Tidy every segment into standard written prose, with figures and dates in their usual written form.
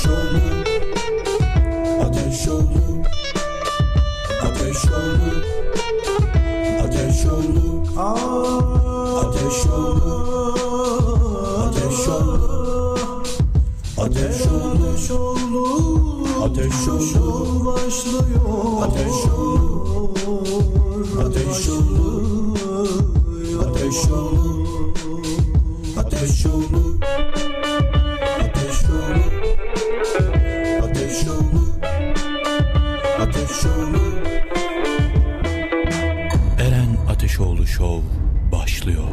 Ateşoğlu, Ateşoğlu, Ateşoğlu, Ateşoğlu, Ateşoğlu, Ateşoğlu, Ateşoğlu, Ateşoğlu başlıyor. Ateşoğlu, Ateşoğlu, Ateşoğlu, Ateşoğlu, Ateşoğlu, Ateşoğlu, Ateşoğlu. Eren Ateşoğlu Show başlıyor.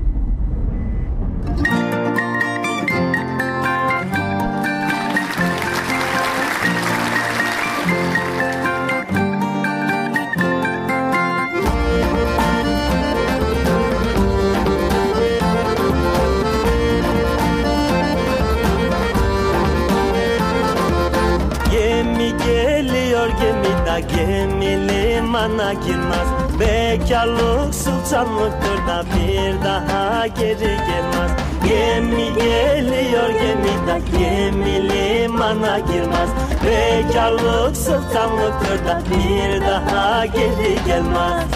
Gemi limana girmez. Bekarlık sultanlıktır da bir daha geri gelmez. Gemi geliyor gemide, gemi limana girmez. Bekarlık sultanlıktır da bir daha geri gelmez.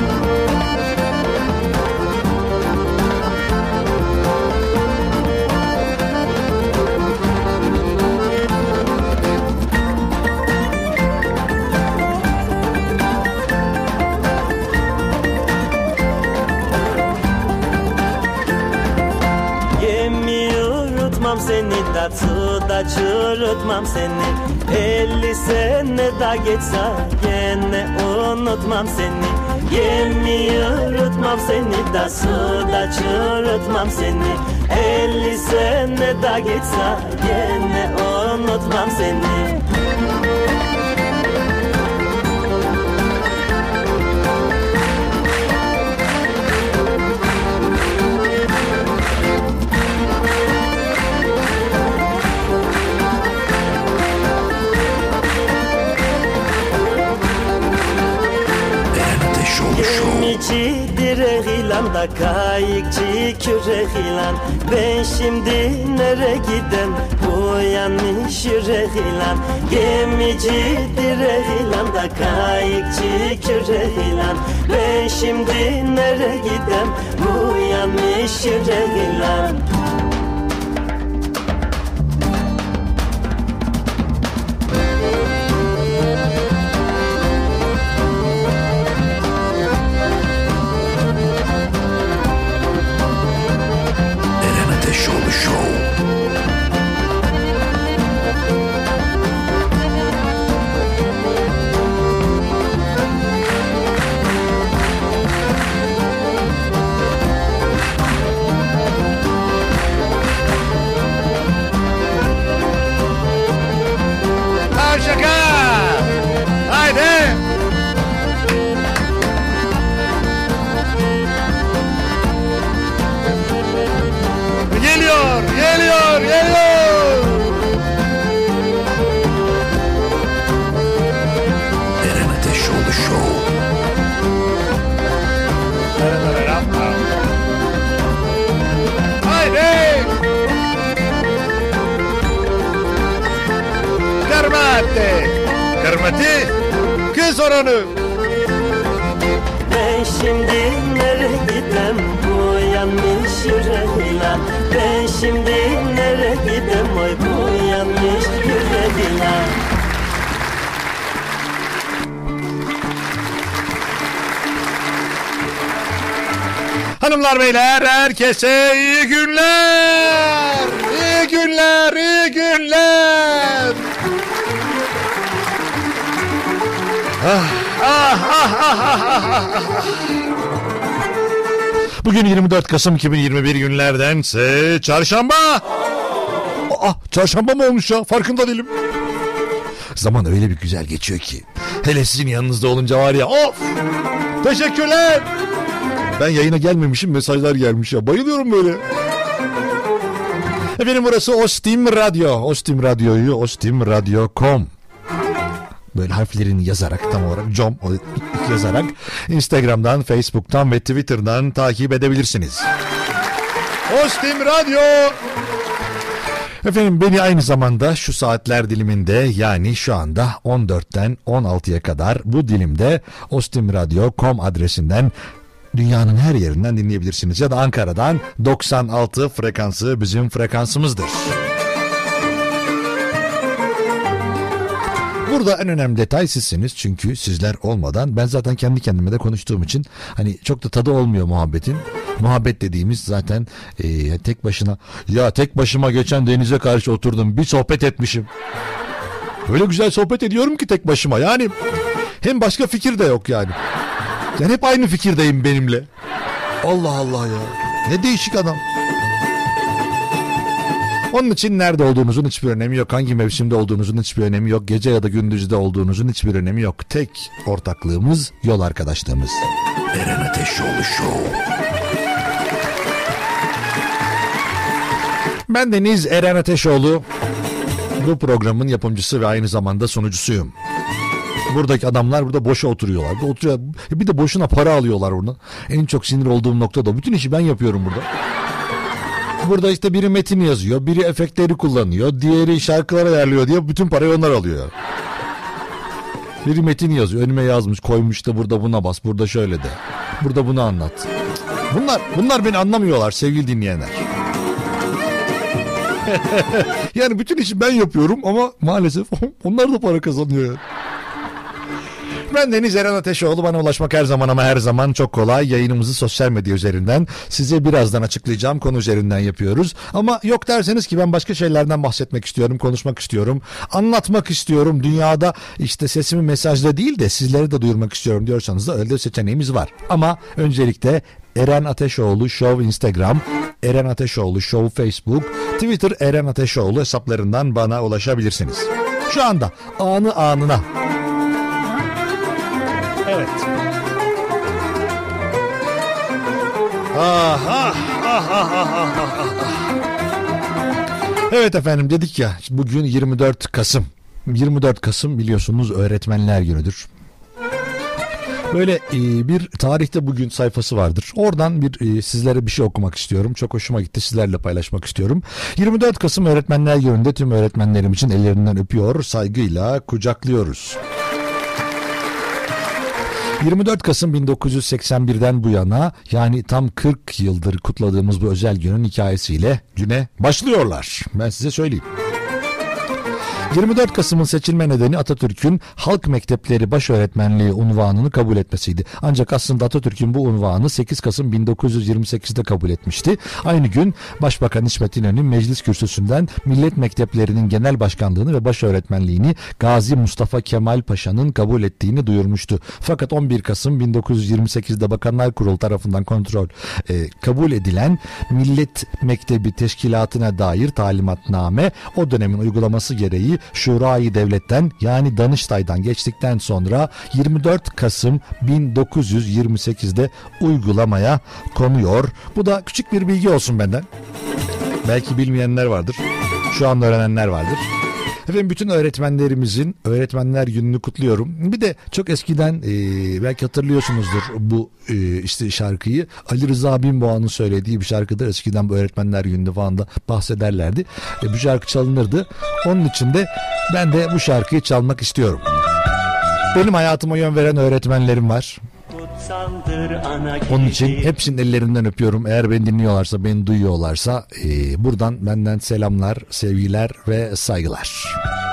Seni de suda çürütmem seni. 50 sene daha geçse gene unutmam seni. Gemi yürütmem seni de suda çürütmem seni. 50 sene daha geçse gene unutmam seni. Gemici direk ilan da kayıkçı kürek ilan. Ben şimdi nereye gidem uyanmış yürek ilan. Gemici direk ilan da kayıkçı kürek ilan. Ben şimdi nereye gidem uyanmış yürek ilan. Kırmati kız oranı. Ben şimdi nereye gidem bu yanlış yüreğiyle. Ben şimdi nereye gidem oy bu yanlış yüreğiyle. Hanımlar beyler herkese iyi günler. İyi günler, iyi günler. Bugün 24 Kasım 2021 günlerdense çarşamba. Çarşamba mı olmuş ya? Farkında değilim. Zaman öyle bir güzel geçiyor ki. Hele sizin yanınızda olunca var ya, of! Teşekkürler. Ben yayına gelmemişim, mesajlar gelmiş ya. Bayılıyorum böyle. Efendim burası Ostim Radyo. Ostim Radyo'yu ostimradyo.com böyle harflerini yazarak, tam olarak com yazarak Instagram'dan, Facebook'tan ve Twitter'dan takip edebilirsiniz. Ostim Radyo. Efendim beni aynı zamanda şu saatler diliminde yani şu anda 14'ten 16'ya kadar bu dilimde ostimradio.com adresinden dünyanın her yerinden dinleyebilirsiniz. Ya da Ankara'dan 96 frekansı bizim frekansımızdır. Burada en önemli detay sizsiniz çünkü sizler olmadan ben zaten kendi kendime de konuştuğum için hani çok da tadı olmuyor muhabbetin. Muhabbet dediğimiz zaten tek başıma geçen denize karşı oturdum bir sohbet etmişim. Öyle güzel sohbet ediyorum ki tek başıma yani hem başka fikir de yok yani. Yani hep aynı fikirdeyim benimle. Allah Allah ya ne değişik adam. Onun için nerede olduğunuzun hiçbir önemi yok. Hangi mevsimde olduğunuzun hiçbir önemi yok. Gece ya da gündüzde olduğunuzun hiçbir önemi yok. Tek ortaklığımız yol arkadaşlığımız. Eren Ateşoğlu Show. Ben Deniz Eren Ateşoğlu. Bu programın yapımcısı ve aynı zamanda sunucusuyum. Buradaki adamlar burada boşa oturuyorlar. Bir de boşuna para alıyorlar orada. En çok sinir olduğum nokta da. Bütün işi ben yapıyorum burada. Burada işte biri metin yazıyor, biri efektleri kullanıyor, diğeri şarkılara ayarlıyor diye bütün parayı onlar alıyor. Biri metin yazıyor, önüme yazmış, koymuş da burada buna bas, burada şöyle de, burada bunu anlat. Bunlar beni anlamıyorlar sevgili dinleyenler. Yani bütün işi ben yapıyorum ama maalesef onlar da para kazanıyor. Ben Deniz Eren Ateşoğlu. Bana ulaşmak her zaman ama her zaman çok kolay. Yayınımızı sosyal medya üzerinden size birazdan açıklayacağım konu üzerinden yapıyoruz. Ama yok derseniz ki ben başka şeylerden bahsetmek istiyorum, konuşmak istiyorum, anlatmak istiyorum. Dünyada işte sesimi mesajla değil de sizleri de duyurmak istiyorum diyorsanız da öyle bir seçeneğimiz var. Ama öncelikle Eren Ateşoğlu Show Instagram, Eren Ateşoğlu Show Facebook, Twitter Eren Ateşoğlu hesaplarından bana ulaşabilirsiniz. Şu anda anına. Evet. Evet efendim dedik ya bugün 24 Kasım. 24 Kasım biliyorsunuz Öğretmenler Günü'dür. Böyle bir tarihte bugün sayfası vardır. Oradan sizlere bir şey okumak istiyorum. Çok hoşuma gitti. Sizlerle paylaşmak istiyorum. 24 Kasım Öğretmenler Günü'nde tüm öğretmenlerim için ellerinden öpüyor, saygıyla kucaklıyoruz. 24 Kasım 1981'den bu yana yani tam 40 yıldır kutladığımız bu özel günün hikayesiyle güne başlıyorlar. Ben size söyleyeyim. 24 Kasım'ın seçilme nedeni Atatürk'ün halk mektepleri başöğretmenliği unvanını kabul etmesiydi. Ancak aslında Atatürk'ün bu unvanı 8 Kasım 1928'de kabul etmişti. Aynı gün Başbakan İsmet İnönü meclis kürsüsünden millet mekteplerinin genel başkanlığını ve başöğretmenliğini Gazi Mustafa Kemal Paşa'nın kabul ettiğini duyurmuştu. Fakat 11 Kasım 1928'de Bakanlar Kurulu tarafından kabul edilen Millet Mektebi Teşkilatı'na dair talimatname o dönemin uygulaması gereği Şurayı Devlet'ten yani Danıştay'dan geçtikten sonra 24 Kasım 1928'de uygulamaya konuyor. Bu da küçük bir bilgi olsun benden. Belki bilmeyenler vardır. Şu anda öğrenenler vardır. Efendim bütün öğretmenlerimizin Öğretmenler Günü'nü kutluyorum. Bir de çok eskiden belki hatırlıyorsunuzdur bu işte şarkıyı. Ali Rıza Binboğa'nın söylediği bir şarkıdır. Eskiden bu Öğretmenler Günü'nde falan da bahsederlerdi. Bu şarkı çalınırdı. Onun için de ben de bu şarkıyı çalmak istiyorum. Benim hayatıma yön veren öğretmenlerim var. Onun için hepsinin ellerinden öpüyorum. Eğer beni dinliyorlarsa, beni duyuyorlarsa buradan benden selamlar, sevgiler ve saygılar.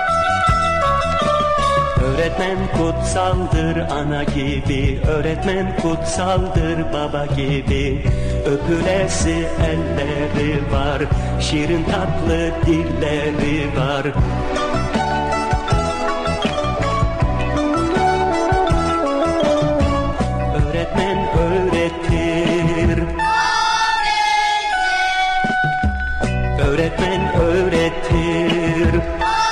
Öğretmen kutsaldır ana gibi, öğretmen kutsaldır baba gibi. Öpülesi elleri var, şirin tatlı dilleri var. Öğretmen öğretir. Öğretmen öğretir.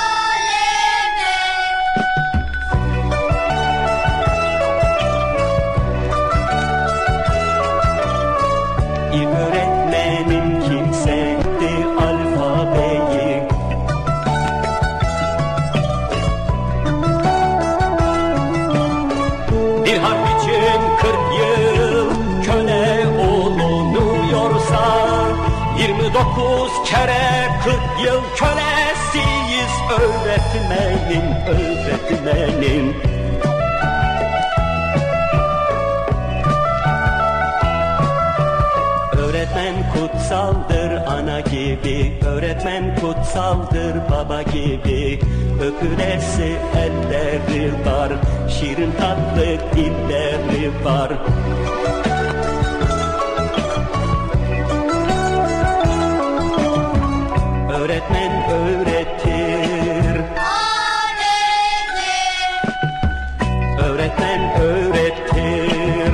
İlk öğretmenim kimseydi alfabeyi. Bir harf için 40 yıl köle olunuyorsa 29 kere 40 yıl kölesiyiz öğretmenin. Öğretmen kutsaldır ana gibi, öğretmen kutsaldır baba gibi. Öpülesi elleri var, şirin tatlı dilleri var. Öğretmen öğretir, öğretmen öğretir.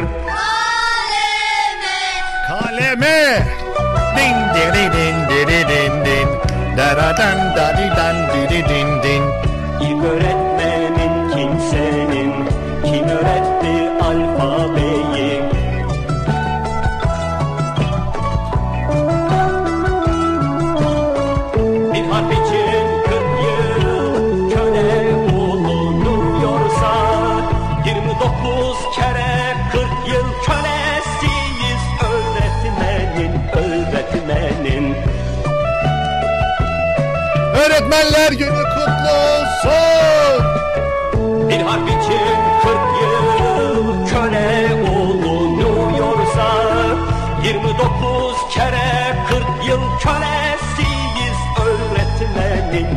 Kaleme. Din din din din din din. Daradan dadidan din din. İlk öğretmenin kimsenin, kim öğretti alfabeyi? Bir harf için 40 yıl köle olunuyorsa, 29 kere 40 yıl kölesiyiz öğretmenin. Öğretmenler günü kutlu olsun. Bir harf için 40 yıl köle olunuyorsa, 29 kere 40 yıl kölesiyiz öğretmenin.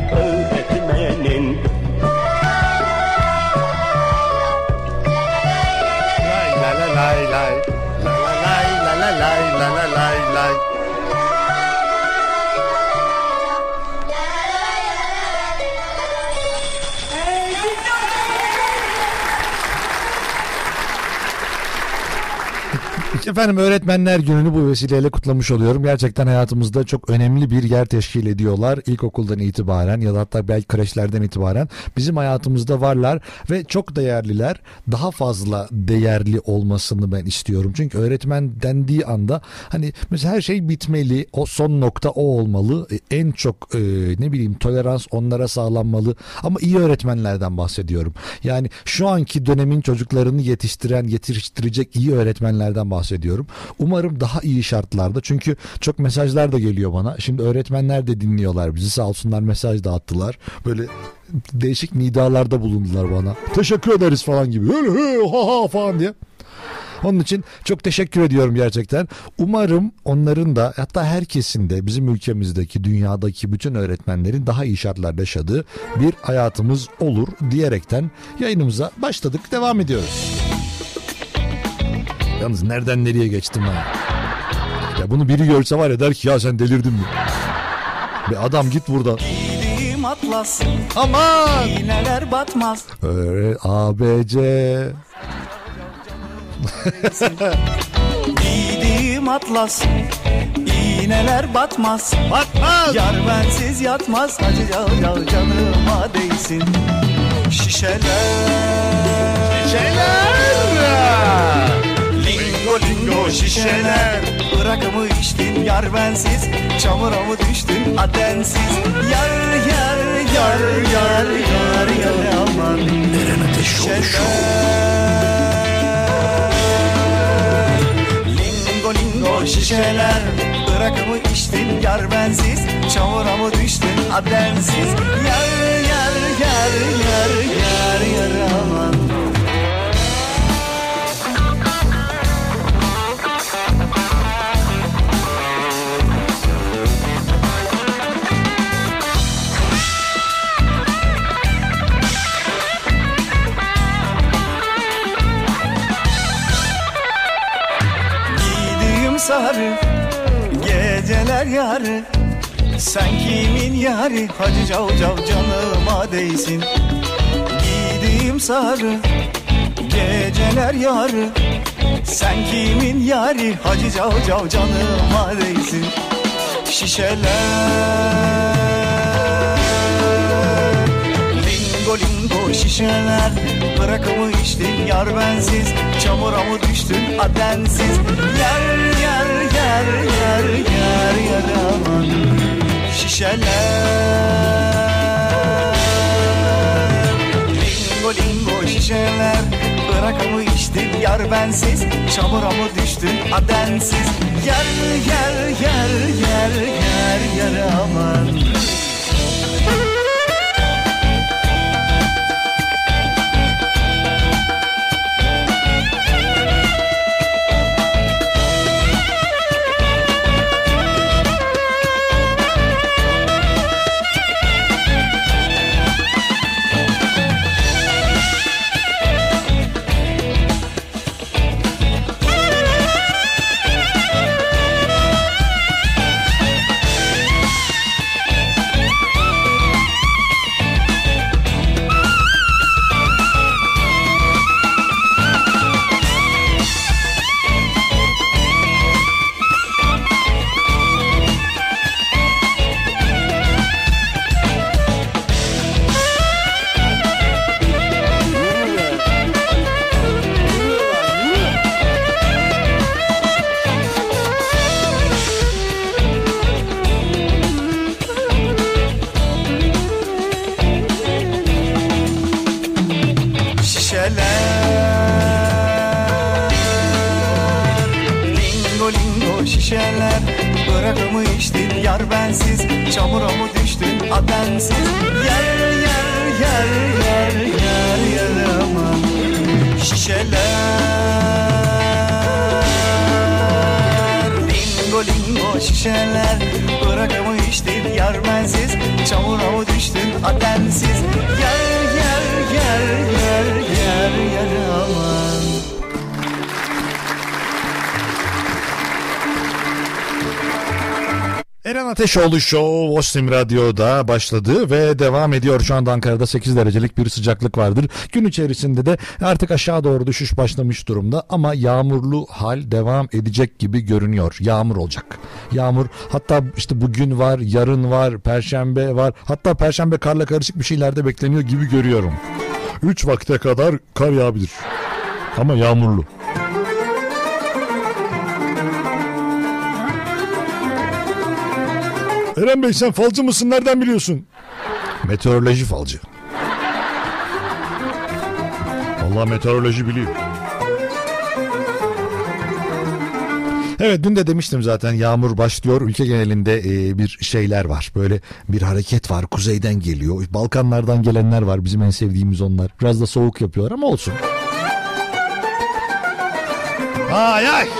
Lay la la lay lay. La la lay la la lay la la lay lay. Efendim Öğretmenler Günü'nü bu vesileyle kutlamış oluyorum. Gerçekten hayatımızda çok önemli bir yer teşkil ediyorlar. İlkokuldan itibaren ya da hatta belki kreşlerden itibaren bizim hayatımızda varlar ve çok değerliler. Daha fazla değerli olmasını ben istiyorum. Çünkü öğretmen dendiği anda hani mesela her şey bitmeli. O son nokta o olmalı. En çok tolerans onlara sağlanmalı. Ama iyi öğretmenlerden bahsediyorum. Yani şu anki dönemin çocuklarını yetiştirecek iyi öğretmenlerden bahsediyorum. Umarım daha iyi şartlarda, çünkü çok mesajlar da geliyor bana. Şimdi öğretmenler de dinliyorlar bizi, sağ olsunlar, mesaj da attılar. Böyle değişik nidalarda bulundular bana. Teşekkür ederiz falan gibi. Öyle ha falan diye. Onun için çok teşekkür ediyorum gerçekten. Umarım onların da, hatta herkesin de, bizim ülkemizdeki, dünyadaki bütün öğretmenlerin daha iyi şartlarda yaşadığı bir hayatımız olur diyerekten yayınımıza başladık. Devam ediyoruz. Yalnız nereden nereye geçtim ha? Ya bunu biri görse var ya, der ki ya sen delirdin mi? Bir adam git buradan. Giydiğim atlas, Aman! iğneler batmaz. ABC. Giydiğim atlas, iğneler batmaz. Batmaz! Yar bensiz yatmaz, acı canıma değsin. Şişeler, lingo lingo şişeler. Irak'ımı içtin yar bensiz, çamura mı düştün adensiz. Yar yar yar yar yar yar aman. Eren Ateşoğlu. Lingo lingo şişeler. Irak'ımı içtin yar bensiz, çamura mı düştün adensiz. Yar yar yar yar yar yar aman. Sarı geceler yarı, sen kimin yarı? Hacı cav cav canıma değsin. Giydiğim sarı geceler yarı, sen kimin yarı? Hacı cav cav canıma değsin. Şişeler, lingo lingo şişeler. Bırakımı içtin yar bensiz, çamura mı düştün adensiz. Yar yar yar yar yar yar aman. Şişeler, lingo lingo şişeler. Bırak mı içtin yar bensiz, çamura mı düştün adensiz. Yer yer yer yer yer yer aman. Şişeler, bırak mı içtin yar bensiz, çamura mı düştün adensiz. Yer yer yer yer yer yer aman. Şişeler, lingo lingo şişeler, bırak mı içtin yar bensiz, çamura mı düştün adensiz. Yer yer yer yer yer yer aman. Eren Ateşoğlu Show Ostim Radyo'da başladı ve devam ediyor. Şu anda Ankara'da 8 derecelik bir sıcaklık vardır. Gün içerisinde de artık aşağı doğru düşüş başlamış durumda ama yağmurlu hal devam edecek gibi görünüyor. Yağmur olacak. Yağmur, hatta işte bugün var, yarın var, perşembe var. Hatta perşembe karla karışık bir şeyler de bekleniyor gibi görüyorum. 3 vakte kadar kar yağabilir. Ama yağmurlu. Eren Bey, sen falcı mısın? Nereden biliyorsun? Meteoroloji falcı. Allah meteoroloji biliyor. Evet, dün de demiştim zaten, yağmur başlıyor. Ülke genelinde bir şeyler var. Böyle bir hareket var. Kuzeyden geliyor. Balkanlardan gelenler var. Bizim en sevdiğimiz onlar. Biraz da soğuk yapıyorlar ama olsun. Ay ay.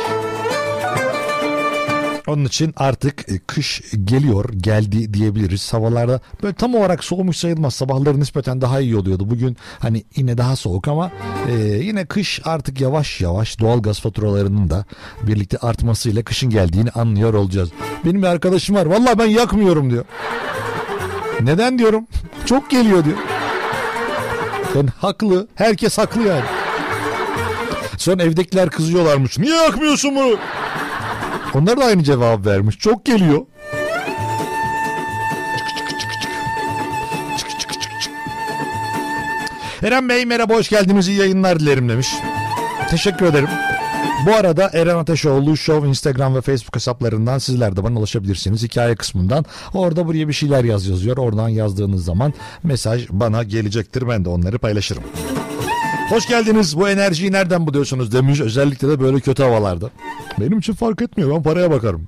Onun için artık kış geliyor, geldi diyebiliriz. Havalarda böyle tam olarak soğumuş sayılmaz. Sabahları nispeten daha iyi oluyordu. Bugün hani yine daha soğuk ama yine kış artık yavaş yavaş doğalgaz faturalarının da birlikte artmasıyla kışın geldiğini anlıyor olacağız. Benim bir arkadaşım var. Vallahi ben yakmıyorum diyor. Neden diyorum? Çok geliyor diyor. Yani haklı. Herkes haklı yani. Sonra evdekiler kızıyorlarmış. Niye yakmıyorsun bunu? Onlar da aynı cevap vermiş. Çok geliyor. Eren Bey merhaba, hoş geldiniz, iyi yayınlar dilerim demiş. Teşekkür ederim. Bu arada Eren Ateşoğlu Show Instagram ve Facebook hesaplarından sizler de bana ulaşabilirsiniz. Hikaye kısmından. Orada buraya bir şeyler yazıyor. Oradan yazdığınız zaman mesaj bana gelecektir. Ben de onları paylaşırım. Hoş geldiniz. Bu enerjiyi nereden buluyorsunuz demiş. Özellikle de böyle kötü havalarda. Benim için fark etmiyor. Ben paraya bakarım.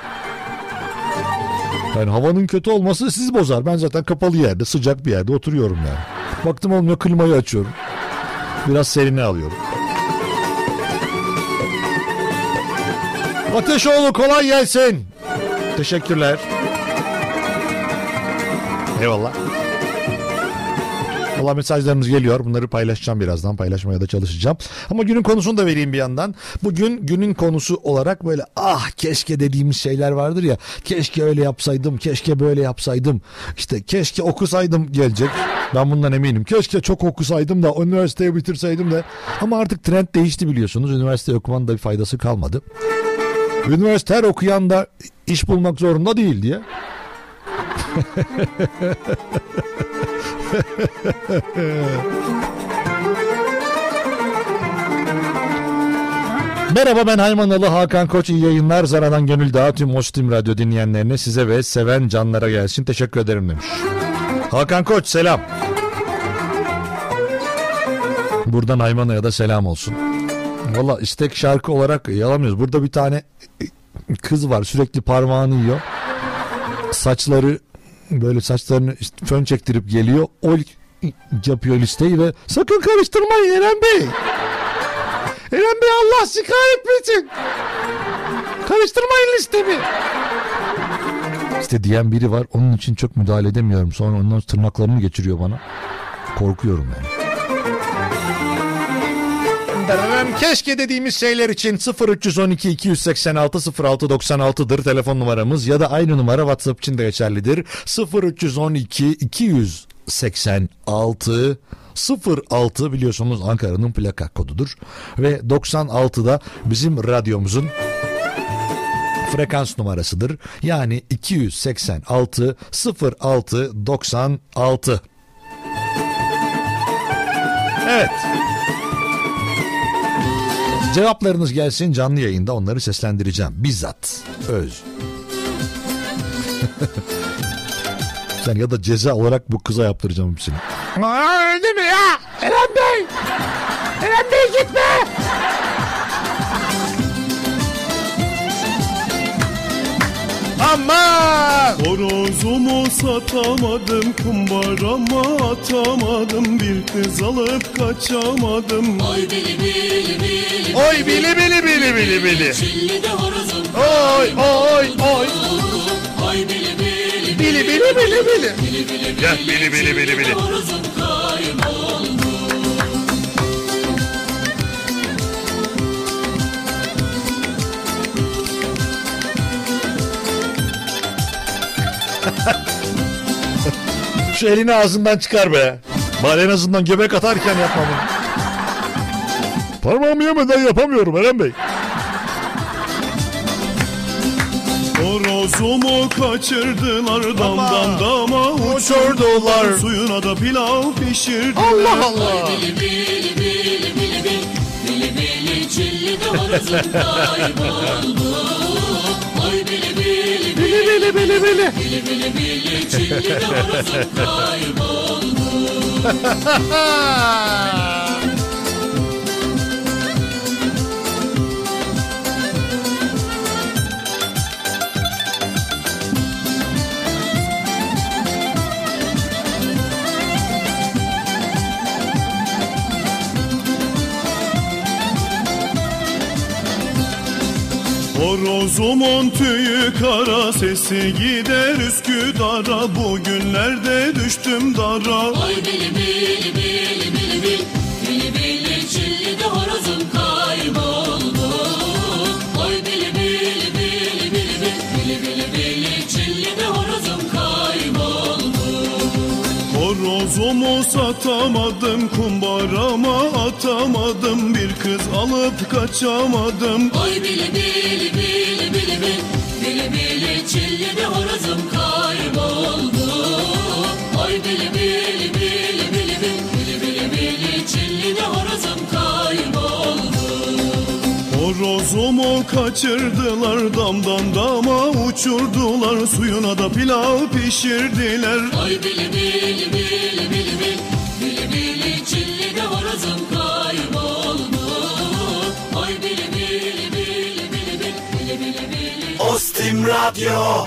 Yani havanın kötü olması sizi bozar. Ben zaten kapalı yerde, sıcak bir yerde oturuyorum yani. Baktım olmuyor, klimayı açıyorum. Biraz serini alıyorum. Ateşoğlu kolay gelsin. Teşekkürler. Eyvallah. Valla mesajlarınız geliyor. Bunları paylaşacağım birazdan. Paylaşmaya da çalışacağım. Ama günün konusunu da vereyim bir yandan. Bugün günün konusu olarak böyle keşke dediğimiz şeyler vardır ya. Keşke öyle yapsaydım. Keşke böyle yapsaydım. İşte keşke okusaydım gelecek. Ben bundan eminim. Keşke çok okusaydım da üniversiteyi bitirseydim de. Ama artık trend değişti biliyorsunuz. Üniversite okumanın da bir faydası kalmadı. Üniversite her okuyan da iş bulmak zorunda değil diye. Merhaba, ben Haymanalı Hakan Koç, iyi yayınlar. Zara'dan Gönül Dağı tüm Ostim Radyo dinleyenlerine, size ve seven canlara gelsin. Teşekkür ederim demiş. Hakan Koç selam. Buradan Aymana'ya da selam olsun. Valla istek şarkı olarak yalamıyoruz. Burada bir tane kız var, sürekli parmağını yiyor. Saçları böyle, saçlarını işte fön çektirip geliyor. O yapıyor listeyi ve sakın karıştırmayın Eren Bey. Eren Bey, Allah sizi kahretmesin. Karıştırmayın listemi. İşte diyen biri var. Onun için çok müdahale edemiyorum. Sonra ondan tırnaklarını geçiriyor bana. Korkuyorum yani. Keşke dediğimiz şeyler için 0312 286 0696'dır telefon numaramız, ya da aynı numara WhatsApp için de geçerlidir. 0312 286 06 biliyorsunuz Ankara'nın plaka kodudur ve 96'da bizim radyomuzun frekans numarasıdır. Yani 286 06 96. Evet. Cevaplarınız gelsin, canlı yayında onları seslendireceğim. Bizzat. Öz. Sen ya da ceza olarak bu kıza yaptıracağım hepsini. Öldü mü ya? Eren Bey! Eren Bey gitme! Aman! Horozumu satamadım, kumbarama atamadım, bir kız alıp kaçamadım. Oy bili bili bili, Oy bili bili bili bili bili. çilli de horozum. Oy oy oy. Oy bili bili Bili bili bili bili. bili Gel bili bili bili bili. horozum kayboldu. Şu elini ağzından çıkar be. Bari en azından göbek atarken yapma bunu. Parmağımı yemeden yapamıyorum Eren Bey. Horozumu kaçırdılar, damdan dama Uçurdular. suyuna da pilav pişirdiler. Allah Allah. Bili bili bili bili bili, bili bili çilli de horozum kayboldu. Oy bili bili bili Bili bili bili. bili bili bili çilli de horozum kayboldu. Horozumun tüyü kara, sesi gider Üsküdar'a, bugünlerde düştüm dara. Oy bili bili bili bili bili, bili bili çilli de horozum kayboldu. Oy bili bili bili bili bili, bili bili çilli de horozum kayboldu. Horozumu satamadım, kumbarama atamadım, bir kız alıp kaçamadım. Oy bili bili bili bili bili, bili bili çilli de horozum kayboldu. Oy bili bili bili bili bili, bili bili çilli de horozum kayboldu. Horozumu kaçırdılar, damdan dama uçurdular, suyuna da pilav pişirdiler. Oy bili bili bili bili bili, bili bili çilli de horozum kayboldu. Oy bili bili bili bili bili, bili bili bili. Ostim Radyo.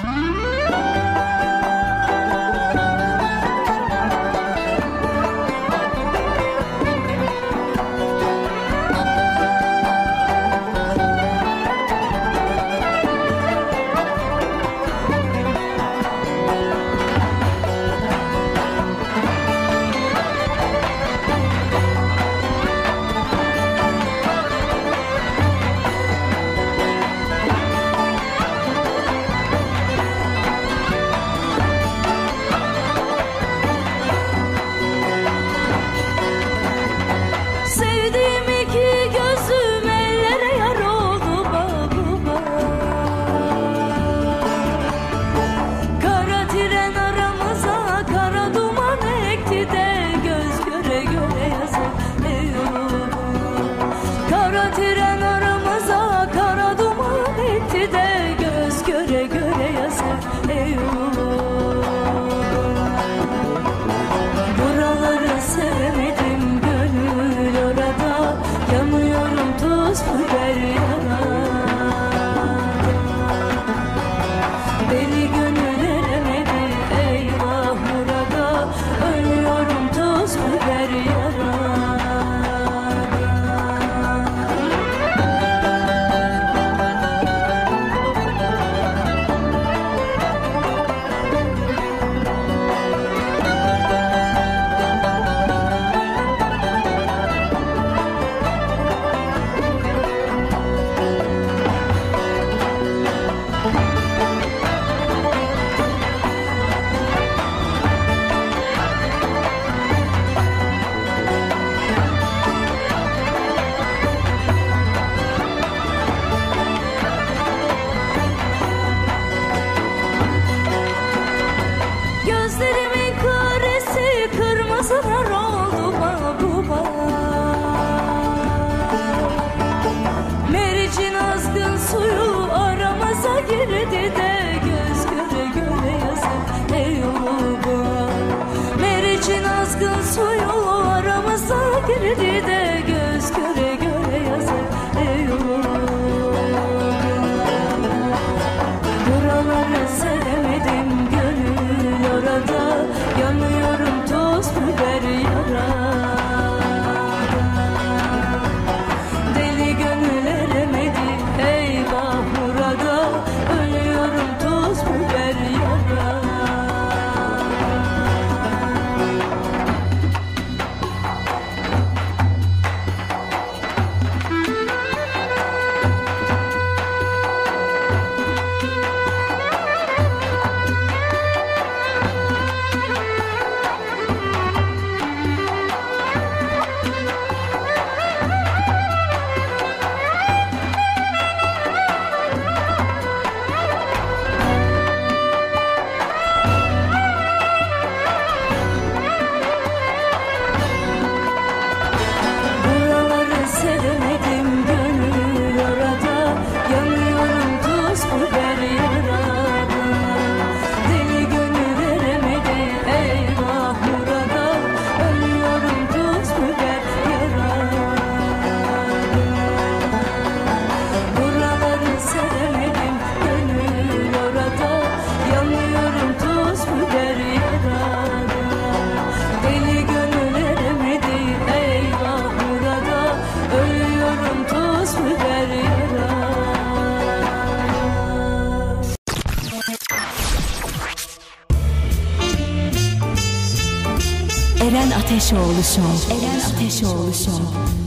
Eren Ateşoğlu Show. Eren Ateşoğlu Show.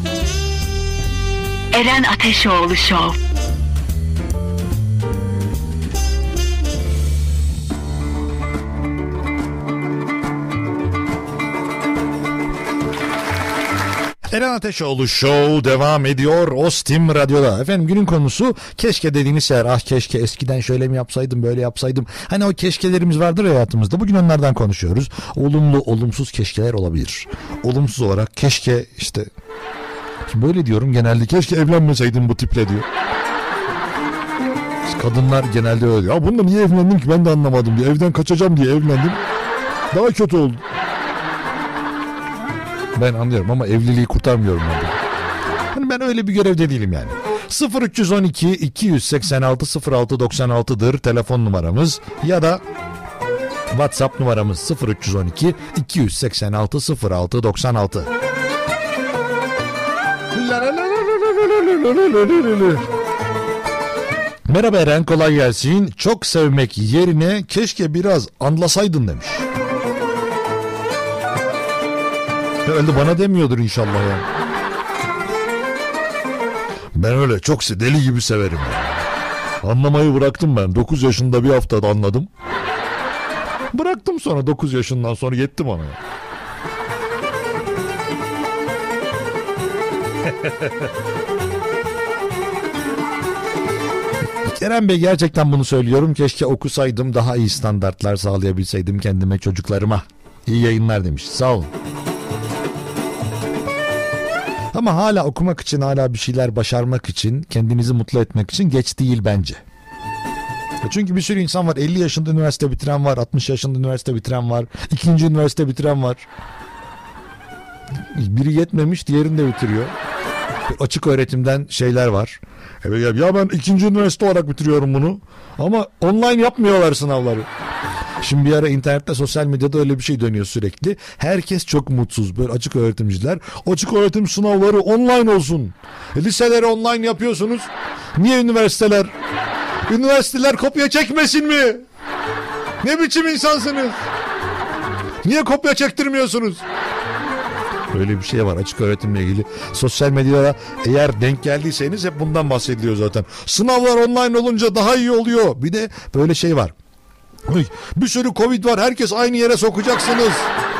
Eren Ateşoğlu Show. Eren Ateşoğlu Show devam ediyor Ostim Radyo'da. Efendim günün konusu keşke dediğiniz şeyler. Ah keşke eskiden şöyle mi yapsaydım, böyle yapsaydım. Hani o keşkelerimiz vardır hayatımızda. Bugün onlardan konuşuyoruz. Olumlu, olumsuz keşkeler olabilir. Olumsuz olarak keşke işte... Şimdi böyle diyorum genelde, keşke evlenmeseydim bu tiple diyor. Kadınlar genelde öyle diyor. Ya bununla niye evlendim ki ben de anlamadım diye. Evden kaçacağım diye evlendim. Daha kötü oldu. Ben anlıyorum ama evliliği kurtarmıyorum ben de. Hani ben öyle bir görevde değilim yani. 0312 286 0696'dır telefon numaramız ya da WhatsApp numaramız 0312 286 0696. Merhaba Eren, kolay gelsin. Çok sevmek yerine keşke biraz anlasaydın demiş. Herhalde bana demiyordur inşallah ya. Ben öyle çok deli gibi severim. Anlamayı bıraktım ben. 9 yaşında bir haftada anladım. Bıraktım sonra 9 yaşından sonra yetti bana ya. Kerem Bey gerçekten bunu söylüyorum. Keşke okusaydım, daha iyi standartlar sağlayabilseydim kendime, çocuklarıma. İyi yayınlar demiş. Sağ olun. Ama hala okumak için, hala bir şeyler başarmak için, kendinizi mutlu etmek için geç değil bence. Çünkü bir sürü insan var. 50 yaşında üniversite bitiren var. 60 yaşında üniversite bitiren var. 2. üniversite bitiren var. Biri yetmemiş, diğerini de bitiriyor. Açık öğretimden şeyler var. Ya ben 2. üniversite olarak bitiriyorum bunu. Ama online yapmıyorlar sınavları. Şimdi bir ara internette, sosyal medyada öyle bir şey dönüyor sürekli. Herkes çok mutsuz. Böyle açık öğretimciler. Açık öğretim sınavları online olsun. Liseleri online yapıyorsunuz. Niye üniversiteler? Üniversiteler kopya çekmesin mi? Ne biçim insansınız? Niye kopya çektirmiyorsunuz? Böyle bir şey var açık öğretimle ilgili. Sosyal medyada eğer denk geldiyseniz hep bundan bahsediliyor zaten. Sınavlar online olunca daha iyi oluyor. Bir de böyle şey var. Bir sürü Covid var, herkes aynı yere sokacaksınız.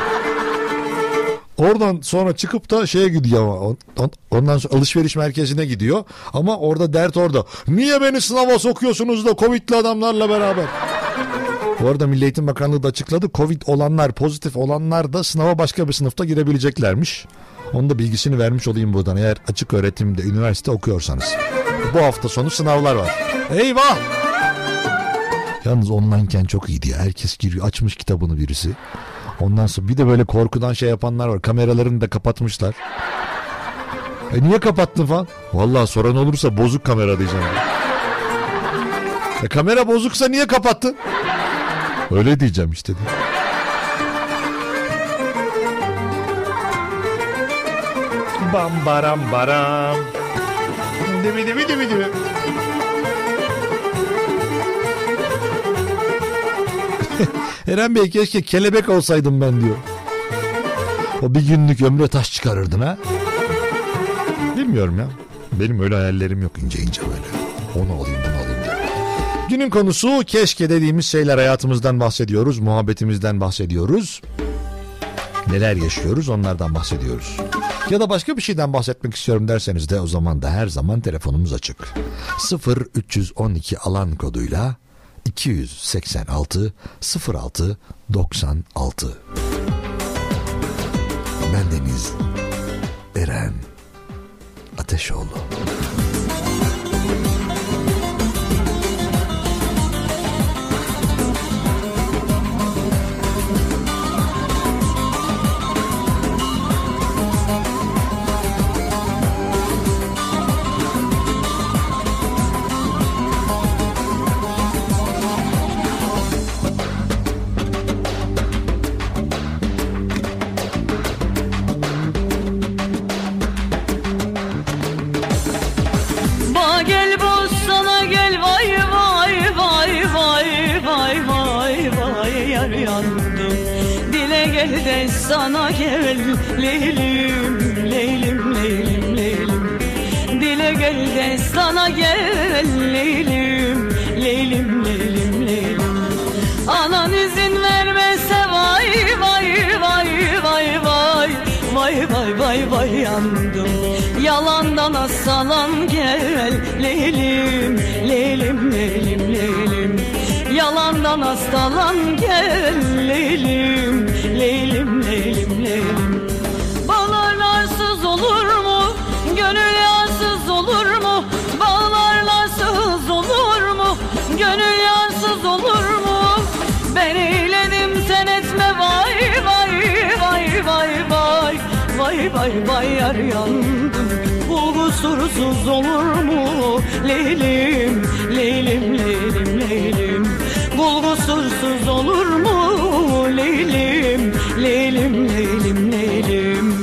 Oradan sonra çıkıp da şeye gidiyor ama ondan sonra alışveriş merkezine gidiyor. Ama orada dert orada. Niye beni sınava sokuyorsunuz da Covid'li adamlarla beraber? Bu arada Milli Eğitim Bakanlığı da açıkladı. Covid olanlar, pozitif olanlar da sınava başka bir sınıfta girebileceklermiş. Onun da bilgisini vermiş olayım buradan. Eğer açık öğretimde, üniversite okuyorsanız. Bu hafta sonu sınavlar var. Eyvah! Yalnız onlineken çok iyiydi ya. Herkes giriyor, açmış kitabını birisi. Ondan sonra bir de böyle korkudan şey yapanlar var. Kameralarını da kapatmışlar. Niye kapattın falan? Vallahi soran olursa bozuk kamera diyeceğim. Kamera bozuksa niye kapattın? Öyle diyeceğim işte. Bam baram baram. Dibi dibi dibi dibi. Eren Bey keşke kelebek olsaydım ben diyor. O bir günlük ömre taş çıkarırdın ha. Bilmiyorum ya. Benim öyle hayallerim yok, ince ince böyle. Onu alayım, bunu alayım diye. Günün konusu keşke dediğimiz şeyler. Hayatımızdan bahsediyoruz, muhabbetimizden bahsediyoruz. Neler yaşıyoruz onlardan bahsediyoruz. Ya da başka bir şeyden bahsetmek istiyorum derseniz de o zaman da her zaman telefonumuz açık. 0312 alan koduyla 286 06 96. Bendeniz Eren Ateşoğlu. gel de sana gel Leylim, Leylim, Leylim, Leylim. Dile gel de sana gel Leylim, Leylim, Leylim, Leylim. Anan izin vermese vay vay vay vay vay vay vay vay vay yandım. Yalandan asalan gel Leylim, Leylim, Leylim, Leylim. Yalandan hastalan gel Leylim, Leylim, Leylim, Leylim. Bağlarlarsız olur mu? Gönül yarsız olur mu? Bağlarlarsız olur mu? Gönül yarsız olur mu? Ben eyledim sen etme vay vay vay vay vay vay vay vay yar yandım. Bu kusursuz olur mu? Leylim, Leylim, Leylim, Leylim. Bul kusursuz olur mu? Leylim, Leylim, Leylim, Leylim.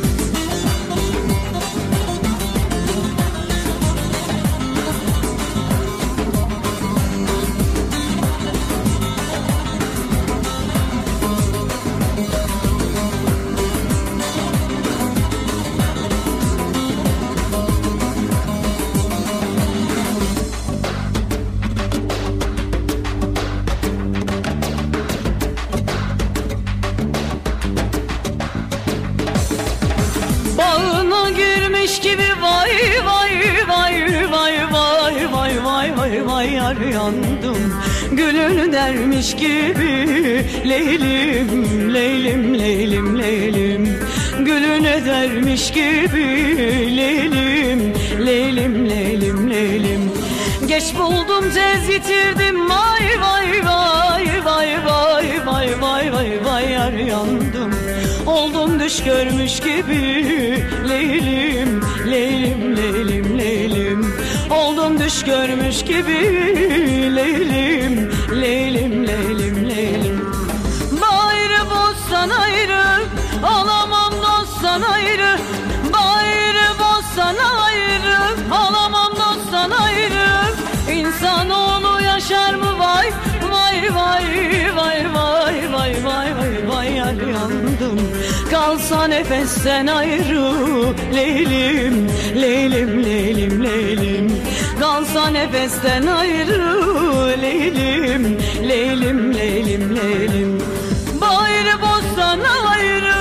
Bağına girmiş gibi vay vay vay vay vay vay vay vay vay yar yandım. Gülünü dermiş gibi Leylim, Leylim, Leylim, Leylim. Gülüne dermiş gibi Leylim, Leylim, Leylim, Leylim. Geç buldum tez yitirdim vay vay vay vay vay vay vay vay vay yar yandım. Oldum düş görmüş gibi Leylim, Leylim, Leylim, Leylim. Oldum düş görmüş gibi Leylim, Leylim, Leylim, Leylim. Bayrı bozsan ayrı, alamam dostsan ayrı. Bayrı bozsan ayrı, alamam dostsan ayrı. İnsanoğlu yaşar mı vay vay vay vay vay vay vay vay vay yar yandım. Kalsa nefesten ayrı Leylim, Leylim, Leylim, Leylim. Kalsa nefesten ayrı Leylim, Leylim, Leylim, Leylim. Bayrı bozsan ayrı.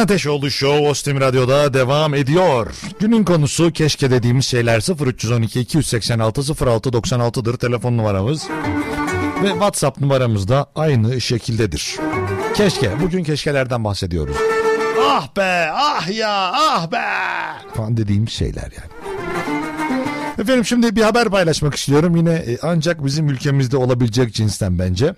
Ateşoğlu Show Ostim Radyo'da devam ediyor. Günün konusu keşke dediğimiz şeyler. 0312 286 06 96'dır telefon numaramız. Ve WhatsApp numaramız da aynı şekildedir. Keşke. Bugün keşkelerden bahsediyoruz. Ah be, ah ya, ah be falan dediğimiz şeyler yani. Efendim şimdi bir haber paylaşmak istiyorum. Yine ancak bizim ülkemizde olabilecek cinsten bence.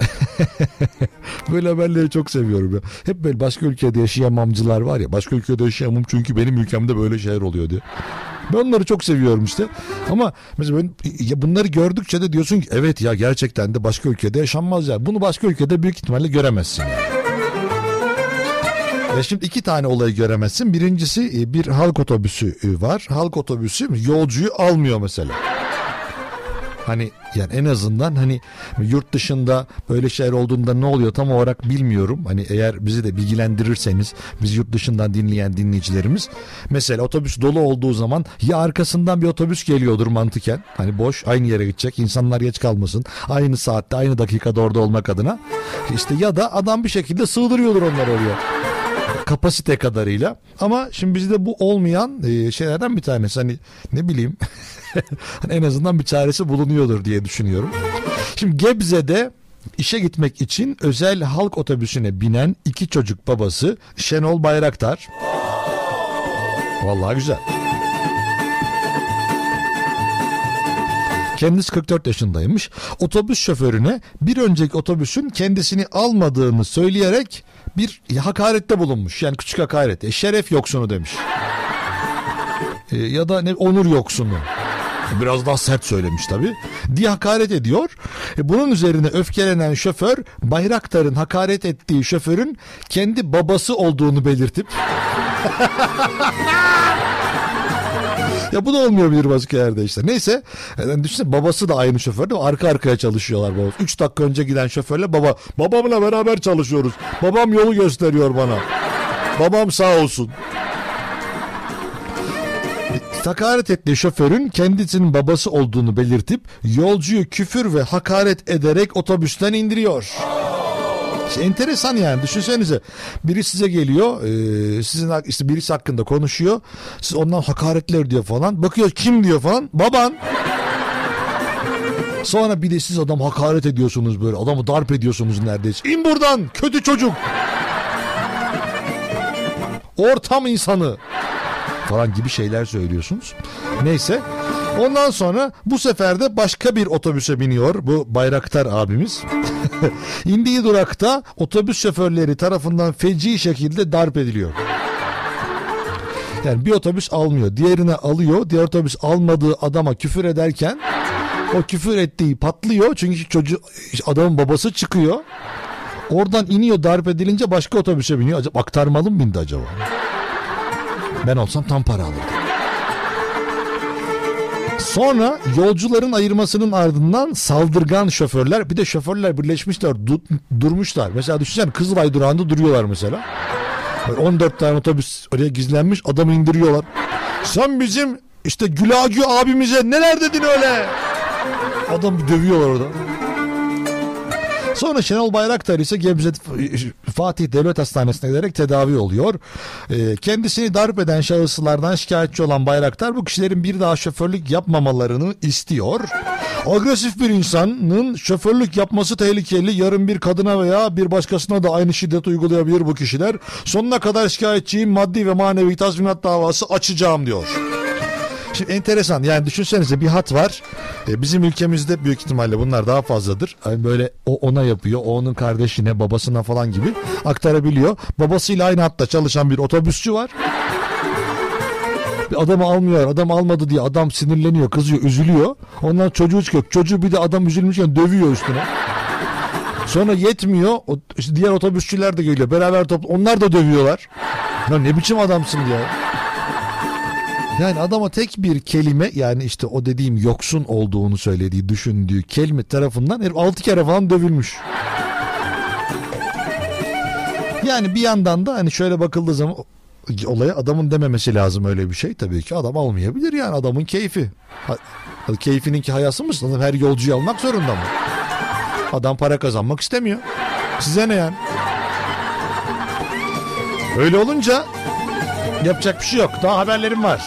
Böyle haberleri çok seviyorum ya. Hep böyle başka ülkede yaşayamamcılar var ya. Başka ülkede yaşayamam çünkü benim ülkemde böyle şeyler oluyor diye. Ben onları çok seviyorum işte. Ama mesela bunları gördükçe de diyorsun ki evet ya gerçekten de başka ülkede yaşanmaz ya. Bunu başka ülkede büyük ihtimalle göremezsin yani. Şimdi iki tane olayı göremezsin. Birincisi bir halk otobüsü var. Halk otobüsü yolcuyu almıyor mesela. Hani yani en azından hani yurt dışında böyle şeyler olduğunda ne oluyor tam olarak bilmiyorum. Hani eğer bizi de bilgilendirirseniz biz yurt dışından dinleyen dinleyicilerimiz. Mesela otobüs dolu olduğu zaman ya arkasından bir otobüs geliyordur mantıken. Hani boş aynı yere gidecek insanlar geç kalmasın. Aynı saatte aynı dakikada orada olmak adına. İşte ya da adam bir şekilde sığdırıyordur onları oraya. Kapasite kadarıyla. Ama şimdi bizde bu olmayan şeylerden bir tanesi. Hani ne bileyim en azından bir çaresi bulunuyordur diye düşünüyorum. Şimdi Gebze'de işe gitmek için özel halk otobüsüne binen iki çocuk babası Şenol Bayraktar. Vallahi güzel. Kendisi 44 yaşındaymış. Otobüs şoförüne bir önceki otobüsün kendisini almadığını söyleyerek bir hakarette bulunmuş. Yani küçük hakaret. Şeref yoksunu demiş. Ya da onur yoksunu. Biraz daha sert söylemiş tabii. Diye hakaret ediyor. Bunun üzerine öfkelenen şoför Bayraktar'ın hakaret ettiği şoförün kendi babası olduğunu belirtip ya bu da olmuyor başka yerde işte. Neyse. Yani düşünsene babası da aynı şoför değil mi? Arka arkaya çalışıyorlar babası. 3 dakika önce giden şoförle babamla beraber çalışıyoruz. Babam yolu gösteriyor bana. Babam sağ olsun. Hakaret ettiği şoförün kendisinin babası olduğunu belirtip yolcuyu küfür ve hakaret ederek otobüsten indiriyor. İşte enteresan yani, düşünsenize biri size geliyor, sizin işte birisi hakkında konuşuyor, siz ondan hakaretler diyor falan, bakıyor kim diyor falan, baban. Sonra bir de siz adam hakaret ediyorsunuz, böyle adamı darp ediyorsunuz neredeyse, İn buradan kötü çocuk, ortam insanı falan gibi şeyler söylüyorsunuz. Neyse, ondan sonra bu sefer de başka bir otobüse biniyor bu Bayraktar abimiz. İndiği durakta otobüs şoförleri tarafından feci şekilde darp ediliyor. Yani bir otobüs almıyor, diğerini alıyor. Diğer otobüs almadığı adama küfür ederken o küfür ettiği patlıyor. Çünkü adamın babası çıkıyor. Oradan iniyor, darp edilince başka otobüse biniyor. Acaba aktarmalı mı bindi acaba? Ben olsam tam para alırdım. Sonra yolcuların ayırmasının ardından saldırgan şoförler, bir de şoförler birleşmişler, durmuşlar. Mesela düşünsene, Kızılay durağında duruyorlar mesela. 14 tane otobüs oraya gizlenmiş, adamı indiriyorlar. Sen bizim işte Gülagü abimize neler dedin öyle? Adamı dövüyorlar orada. Sonra Şenol Bayraktar ise Gebze Fatih Devlet Hastanesi'ne giderek tedavi oluyor. Kendisini darp eden şahıslardan şikayetçi olan Bayraktar bu kişilerin bir daha şoförlük yapmamalarını istiyor. Agresif bir insanın şoförlük yapması tehlikeli. Yarın bir kadına veya bir başkasına da aynı şiddet uygulayabilir bu kişiler. Sonuna kadar şikayetçiyim, maddi ve manevi tazminat davası açacağım diyor. Şimdi enteresan, yani düşünsenize bir hat var. Bizim ülkemizde büyük ihtimalle bunlar daha fazladır. Yani böyle o ona yapıyor, o onun kardeşine, babasına falan gibi aktarabiliyor. Babasıyla aynı hatta çalışan bir otobüsçü var. Bir adamı almıyor, adam almadı diye adam sinirleniyor, kızıyor, üzülüyor. Ondan çocuğu çıkıyor. Çocuğu bir de adam üzülmüşken dövüyor üstüne. Sonra yetmiyor. İşte diğer otobüsçüler de geliyor. Beraber onlar da dövüyorlar. Ya ne biçim adamsın diye. Yani adama tek bir kelime, yani işte o dediğim yoksun olduğunu söylediği, düşündüğü kelime tarafından 6 kere falan dövülmüş. Yani bir yandan da hani şöyle bakıldığı zaman olaya adamın dememesi lazım öyle bir şey. Tabii ki adam almayabilir, yani adamın keyfi. Keyfininki hayası mısın? Adam her yolcuyu almak zorunda mı? Adam para kazanmak istemiyor. Size ne yani? Öyle olunca yapacak bir şey yok. Daha haberlerim var.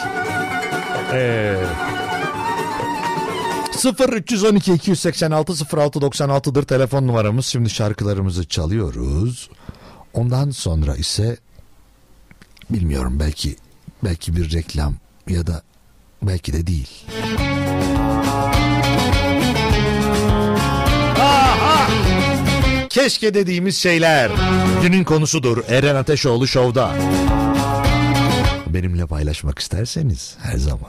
0312 286 0696'dır telefon numaramız. Şimdi şarkılarımızı çalıyoruz. Ondan sonra ise bilmiyorum, belki bir reklam ya da belki de değil. Aha! Keşke dediğimiz şeyler günün konusudur Eren Ateşoğlu Show'da. Benimle paylaşmak isterseniz her zaman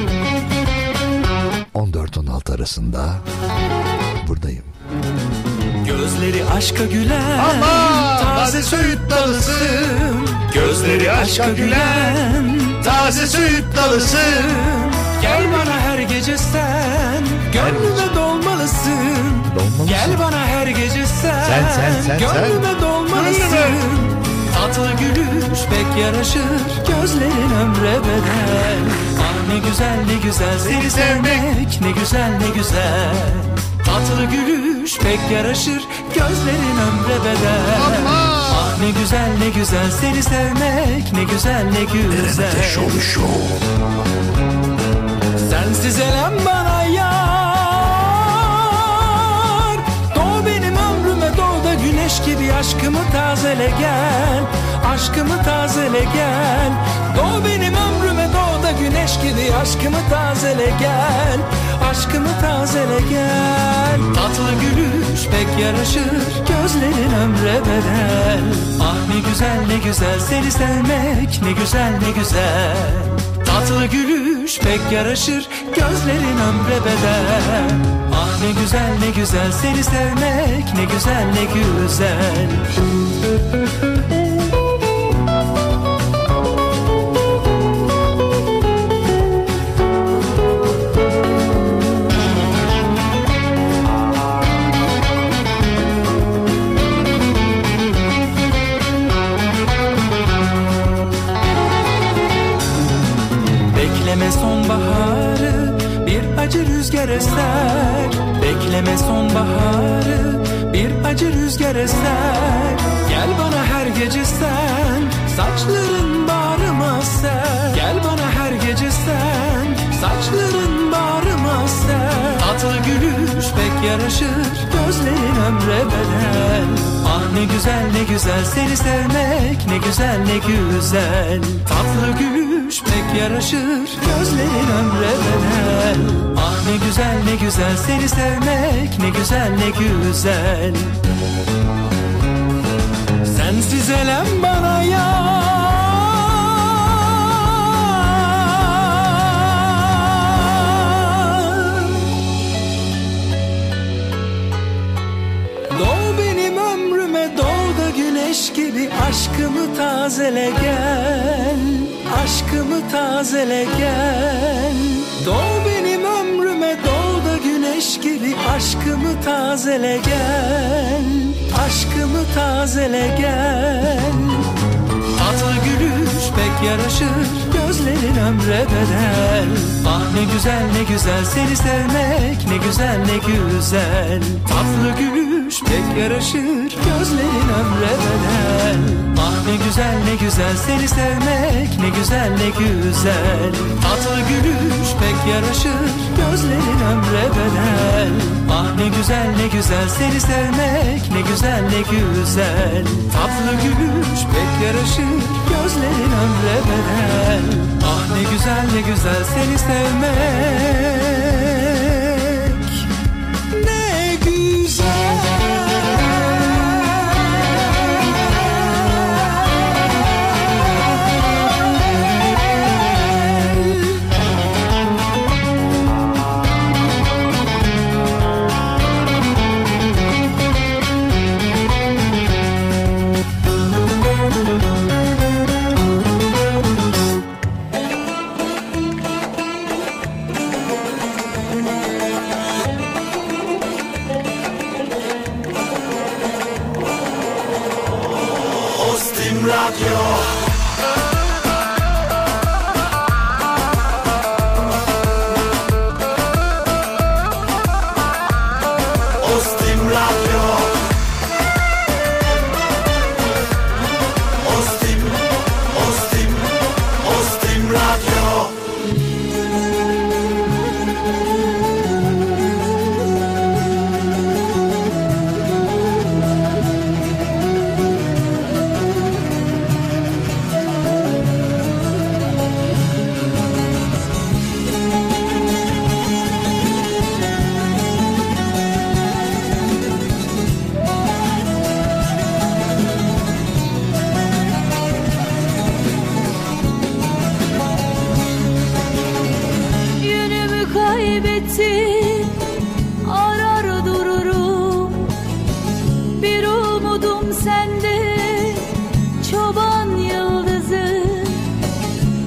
14-16 arasında buradayım. Gözleri aşka gülen taze söğüt dalısın. Gözleri aşka gülen taze söğüt dalısın. Gel bana her gece sen gönlüme dolmalısın. Gel bana her gece sen gönlüme dolmalısın. Tatlı gülüş pek yaraşır gözlerin ömre bedel. Ah ne güzel ne güzel seni sevmek, ne güzel ne güzel. Tatlı gülüş pek yaraşır gözlerin ömre bedel. Ah ne güzel ne güzel seni sevmek, ne güzel ne güzel. Sensiz elem bana yar. Doğ benim ömrüme, doğ da güneş gibi aşkımı tazele gel. Aşkımı tazele gel. Doğ benim ömrüme, doğ da güneş gibi aşkımı tazele gel. Aşkımı tazele gel. Tatlı gülüş pek yaraşır gözlerin ömre bedel. Ah ne güzel ne güzel seni sevmek, ne güzel ne güzel. Tatlı gülüş pek yaraşır gözlerin ömre bedel. Ah ne güzel ne güzel seni sevmek, ne güzel ne güzel. Bekleme sonbaharı, bir acı rüzgar eser. Bekleme sonbaharı, bir acı rüzgar eser. Gel bana her gece sen, saçların bağrıma ser. Gel bana her gece sen, saçların bağrıma ser. Tatlı gülüş pek yaraşır gözlerin ömre bedel. Ah ne güzel ne güzel seni sevmek, ne güzel ne güzel. Tatlı gülüş pek yaraşır gözlerin ömre bedel. Ah ne güzel ne güzel seni sevmek, ne güzel ne güzel. Sensiz elem bana yar. Doğ benim ömrüme, doğ da güneş gibi aşkımı tazele gel. Aşkımı tazele gel. Doğ benim ömrüme, doğ da güneş gibi aşkımı tazele gel. Aşkımı tazele gel. Tatlı gülüş pek yaraşır gözlerin ömre bedel. Ah ne güzel ne güzel seni sevmek, ne güzel ne güzel. Tatlı gülüş pek yaraşır gözlerin ömre bedel. Ah ne güzel ne güzel seni sevmek, ne güzel ne güzel. Tatlı gülüş pek yaraşır gözlerin ömre bedel. Ah ne güzel ne güzel seni sevmek, ne güzel ne güzel. Tatlı gülüş pek yaraşır gözlerin ömre bedel. Ah ne güzel ne güzel seni sevmek, ne güzel.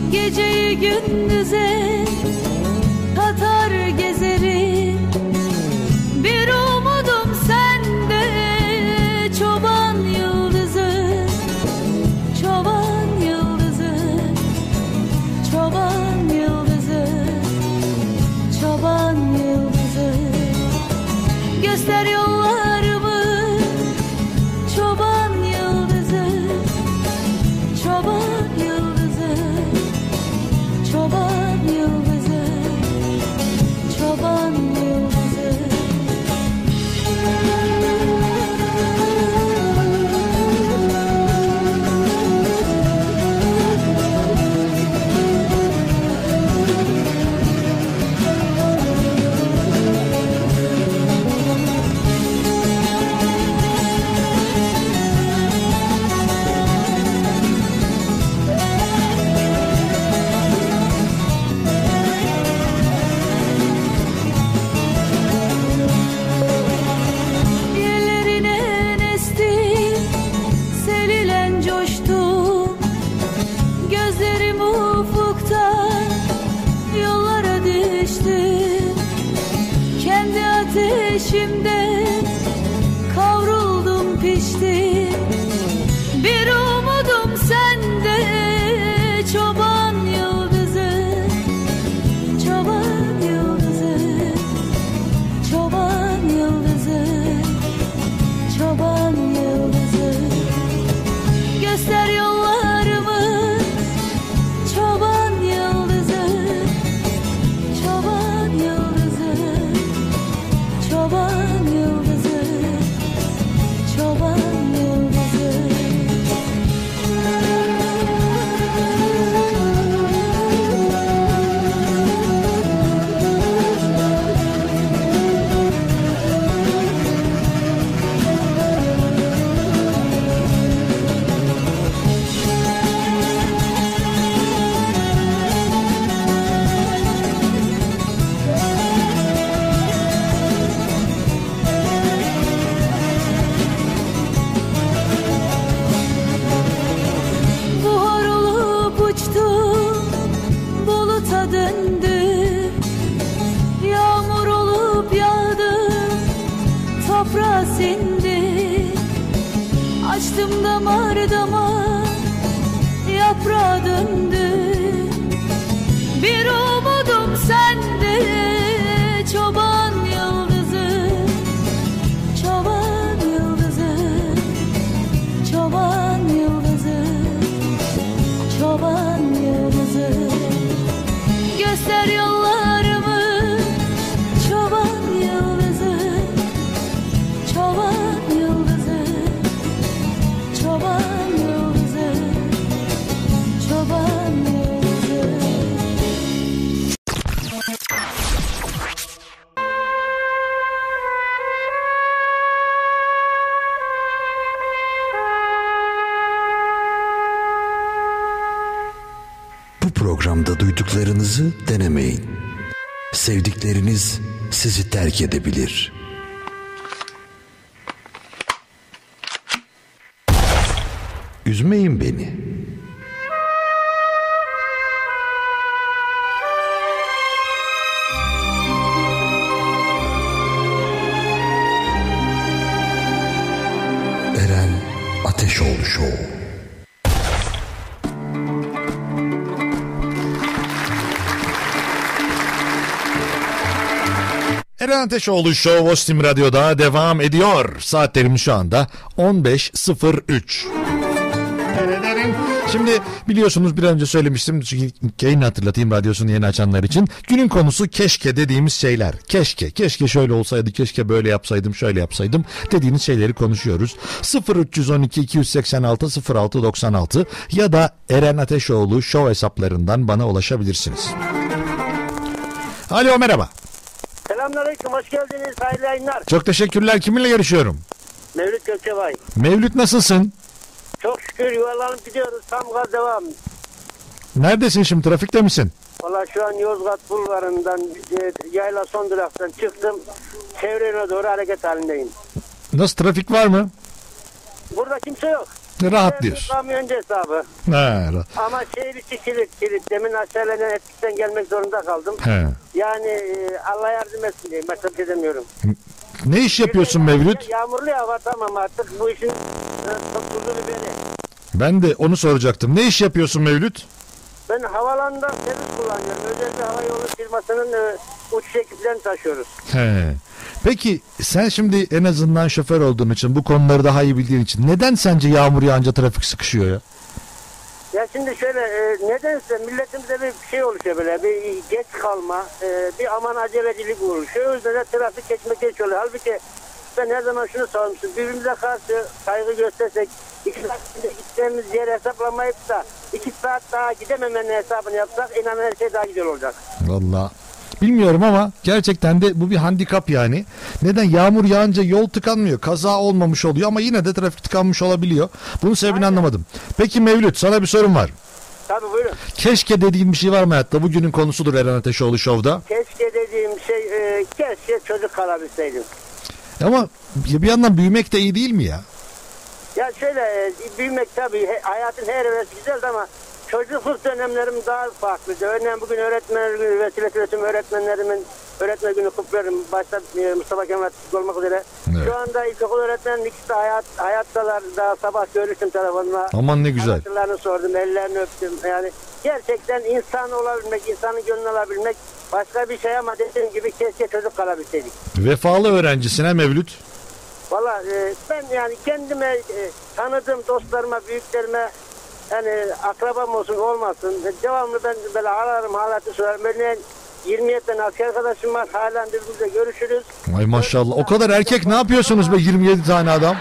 Geceyi gündüze katar gezerim. Bir umudum sende çoban yıldızı, çoban yıldızı, çoban yıldızı, çoban yıldızı. Göster yollarımı çoban yıldızı, çoban yıldızı, çoban yıldızı, çoban yıldızı. Yerlerine esti, selilen coştu. Gözlerim ufukta yollara düştü. Kendi ateşimde kavruldum piştim. Bir umudum sende çoban yıldızı, çoban yıldızı, çoban yıldızı, çoban yıldızı. Göster yollarımı çoban yıldızı, çoban yıldızı, çoban yıldızı, çoban yıldızı. Buhar olup uçtum, buluta döndüm. Yağmur olup yağdım, toprağa sindim. Açtım damar damar, yaprağa döndüm. Bir umudum sende çoban yıldızı, çoban yıldızı, çoban yıldızı, çoban yıldızı. Göster yollarımı çoban yıldızı, çoban yıldızı, çoban yıldızı, çoban yıldızı. Bu programda duyduklarınızı denemeyin. Sevdikleriniz sizi terk edebilir. Üzmeyin beni. Eren Ateşoğlu Show. Eren Ateşoğlu Show Ostim Radyo'da devam ediyor. Saatlerimiz şu anda 15.03. Şimdi biliyorsunuz bir önce söylemiştim. Yayını hatırlatayım radyosunu yeni açanlar için. Günün konusu keşke dediğimiz şeyler. Keşke şöyle olsaydı, keşke böyle yapsaydım, şöyle yapsaydım dediğiniz şeyleri konuşuyoruz. 0312 286 0696 ya da Eren Ateşoğlu Show hesaplarından bana ulaşabilirsiniz. Alo, merhaba. Selamünaleyküm, hoş geldiniz, hayırlı yayınlar. Çok teşekkürler. Kiminle görüşüyorum? Mevlüt Gökçebay. Mevlüt, nasılsın? Çok şükür yuvarlanıp gidiyoruz, tam gaz devam. Neredesin şimdi, trafikte misin? Valla şu an Yozgat Bulvarı'ndan yayla son duraktan çıktım. Çevrene doğru hareket halindeyim. Nasıl, trafik var mı? Burada kimse yok. Rahat diyorsun. Kamyoncu hesabı. Ha, Ama şehir içi kilit. Demin aşağılanan etkisinden gelmek zorunda kaldım. he. Yani Allah yardım etsin diyeyim. Başka bir şey demiyorum. Ne iş yapıyorsun Mevlüt? Yağmurlu hava tamam artık bu işin tutulduğunu beni. Ben de onu soracaktım. Ne iş yapıyorsun Mevlüt? Ben havalandan servis kullanıyorum. Özel bir havayolu firmasının uçuş ekiplerini taşıyoruz. He. Peki sen şimdi en azından şoför olduğun için, bu konuları daha iyi bildiğin için neden sence yağmur yağınca trafik sıkışıyor ya? Ya şimdi şöyle nedense milletimizde bir şey oluşuyor, böyle bir geç kalma, bir aman acelecilik oluşuyor. O yüzden de trafik geçmek oluyor. Halbuki ben her zaman şunu sormuştum. Birbirimize karşı saygı göstersek, 2 saat içinde gideceğimiz yeri hesaplamayıp da 2 saat daha gidememenin hesabını yapsak, inanın her şey daha güzel olacak. Vallahi bilmiyorum ama gerçekten de bu bir handikap yani. Neden yağmur yağınca yol tıkanmıyor, kaza olmamış oluyor ama yine de trafik tıkanmış olabiliyor. Bunun sebebini anlamadım. Peki Mevlüt, sana bir sorum var. Tabii buyurun. Keşke dediğin bir şey var mı hayatta? Bugünün konusudur Eren Ateşoğlu Show'da. Keşke dediğim şey keşke çocuk kalabilseydim. Ama bir yandan büyümek de iyi değil mi ya? Ya şöyle büyümek tabii hayatın her evresi güzeldi ama çocukluk dönemlerim daha farklıydı. Örneğin bugün öğretmenler günü vesilesiyle tüm öğretmenlerimin öğretmen günü kutluyorum. Başta Mustafa Kemal Atatürk olmak üzere. Evet. Şu anda ilkokul öğretmenin ikisi de hayattalar. Daha sabah görüştüm telefonla. Aman ne güzel. Hatırlarını sordum, ellerini öptüm. Yani gerçekten insan olabilmek, insanın gönlünü alabilmek başka bir şey ama dediğim gibi keşke çocuk kalabilseydik. Vefalı öğrencisine Mevlüt. Valla ben yani kendime tanıdığım dostlarıma, büyüklerime yani akrabam olsun olmasın devamlı ben böyle ararım, halatı sorarım. Örneğin 27 tane asker arkadaşım var, halen birbirimizle görüşürüz. Ay maşallah, o kadar erkek ne yapıyorsunuz be 27 tane adam?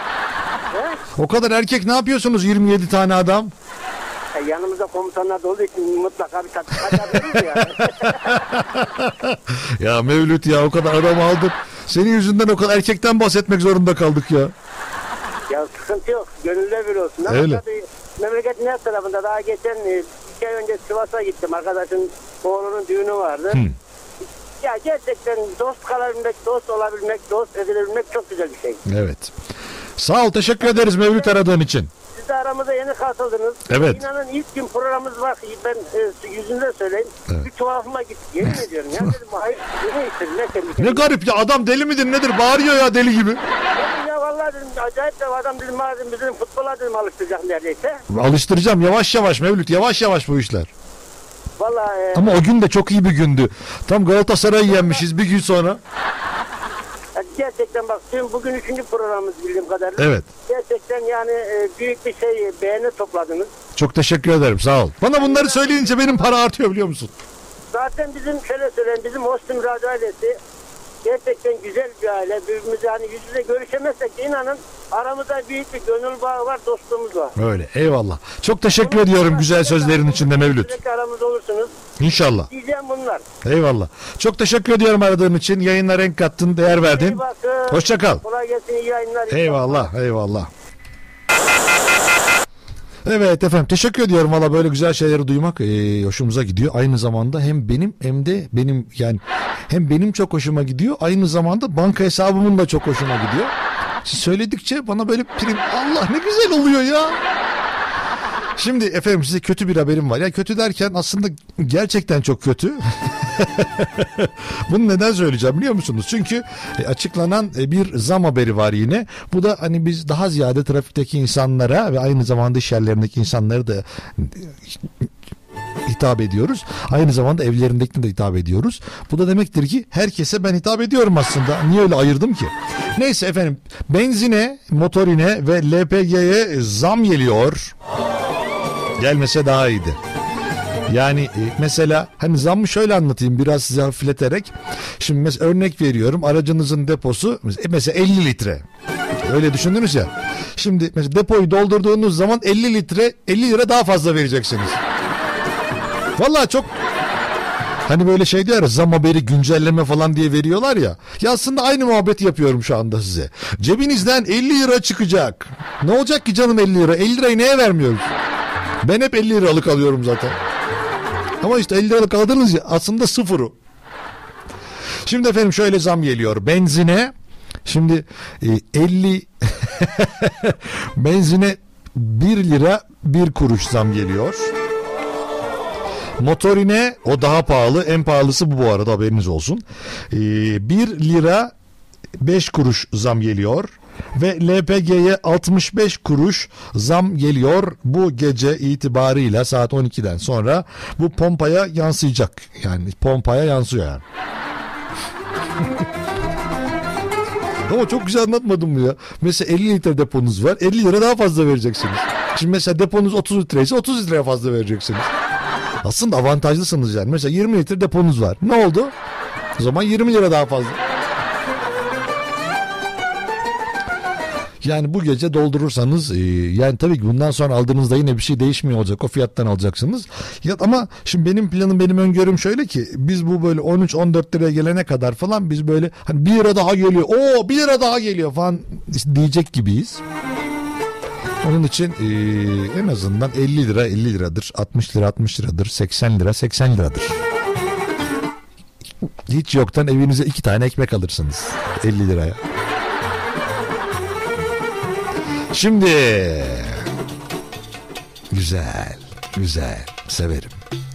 He? O kadar erkek ne yapıyorsunuz 27 tane adam? Yanımızda komutanlar da olduğu için mutlaka bir tatbikat veririz ya. Ya Mevlüt ya, o kadar adam aldık. Senin yüzünden o kadar erkekten bahsetmek zorunda kaldık ya. Ya sıkıntı yok. Gönüllü bir olsun. Ama öyle. Tabii memleketin her tarafında daha geçen 2 ay önce Sivas'a gittim. Arkadaşın oğlunun düğünü vardı. Ya gerçekten dost kalabilmek, dost olabilmek, dost edilebilmek çok güzel bir şey. Evet. Sağ ol, teşekkür ederiz Mevlüt aradığın için. Siz de aramıza yeni katıldınız. Evet. İnanın ilk gün programımız var. Ben yüzünden söyleyeyim. Evet. Bir tuhafıma gitti. Yemin ediyorum. Ya dedim hayır. Ne garip ya, adam deli midir nedir? Bağırıyor ya deli gibi. Ya vallahi dedim acayip de adam dedim, madem bizim futbola dedim alıştıracak neredeyse. Alıştıracağım yavaş yavaş Mevlüt, yavaş yavaş bu işler. Vallahi ama o gün de çok iyi bir gündü. Tam Galatasaray'ı yenmişiz bir gün sonra. Gerçekten bak bugün 3. programımız bildiğim kadarıyla. Evet. Gerçekten yani büyük bir beğeni topladınız. Çok teşekkür ederim, sağ ol. Bana bunları söyleyince benim para artıyor biliyor musun? Zaten bizim şöyle söyleyeyim, bizim Hostim Radyo ailesi gerçekten güzel bir aile. Birbirimize hani yüz yüze görüşemezsek de inanın aramızda büyük bir gönül bağı var, dostluğumuz var. Öyle, eyvallah. Çok teşekkür ediyorum güzel sözlerin için de Mevlüt. Sürekli aramızda olursunuz. İnşallah. Diyeceğim bunlar. Eyvallah. Çok teşekkür ediyorum aradığın için. Yayınlara renk kattın, değer verdin. Hoşça kal. Kolay gelsin, iyi yayınlar. Eyvallah, eyvallah. Evet efendim, teşekkür ediyorum. Valla böyle güzel şeyleri duymak hoşumuza gidiyor. Aynı zamanda hem benim hem de benim yani hem benim çok hoşuma gidiyor. Aynı zamanda banka hesabımın da çok hoşuma gidiyor. Siz söyledikçe bana böyle prim, Allah ne güzel oluyor ya. Şimdi efendim size kötü bir haberim var. Ya kötü derken aslında gerçekten çok kötü. Bunu neden söyleyeceğim biliyor musunuz? Çünkü açıklanan bir zam haberi var yine. Bu da hani biz daha ziyade trafikteki insanlara ve aynı zamanda iş yerlerindeki insanlara da hitap ediyoruz. Aynı zamanda evlerindekine de hitap ediyoruz. Bu da demektir ki herkese ben hitap ediyorum aslında. Niye öyle ayırdım ki? Neyse efendim, benzine, motorine ve LPG'ye zam geliyor. Gelmese daha iyiydi. Yani mesela hani zammı şöyle anlatayım biraz size hafifleterek. Şimdi mesela örnek veriyorum, aracınızın deposu mesela 50 litre. Öyle düşündünüz ya. Şimdi mesela depoyu doldurduğunuz zaman 50 lira daha fazla vereceksiniz. Vallahi çok hani böyle şey diyor ya, zam haberi güncelleme falan diye veriyorlar ya. Ya aslında aynı muhabbeti yapıyorum şu anda size. Cebinizden 50 lira çıkacak. Ne olacak ki canım 50 lira? 50 lirayı neye vermiyoruz? Ben hep 50 liralık alıyorum zaten. Ama işte 50 liralık aldınız ya, aslında sıfırı. Şimdi efendim şöyle zam geliyor. Benzine şimdi 50 benzine 1 lira 1 kuruş zam geliyor. Motorine o daha pahalı. En pahalısı bu arada, haberiniz olsun. 1 lira 5 kuruş zam geliyor. Ve LPG'ye 65 kuruş zam geliyor. Bu gece itibarıyla saat 12'den sonra bu pompaya yansıyacak. Yani pompaya yansıyor yani. Ama çok güzel anlatmadım mı ya? Mesela 50 litre deponuz var. 50 lira daha fazla vereceksiniz. Şimdi mesela deponuz 30 litre ise 30 litreye fazla vereceksiniz. Aslında avantajlısınız yani. Mesela 20 litre deponuz var. Ne oldu? O zaman 20 lira daha fazla. Yani bu gece doldurursanız yani tabii ki bundan sonra aldığınızda yine bir şey değişmiyor olacak. O fiyattan alacaksınız. Ya, ama şimdi benim planım, benim öngörüm şöyle ki biz bu böyle 13-14 liraya gelene kadar falan biz böyle hani 1 lira daha geliyor. 1 lira daha geliyor falan diyecek gibiyiz. Onun için en azından 50 lira 50 liradır. 60 lira 60 liradır. 80 lira 80 liradır. Hiç yoktan evinize 2 tane ekmek alırsınız 50 liraya. Şimdi güzel severim.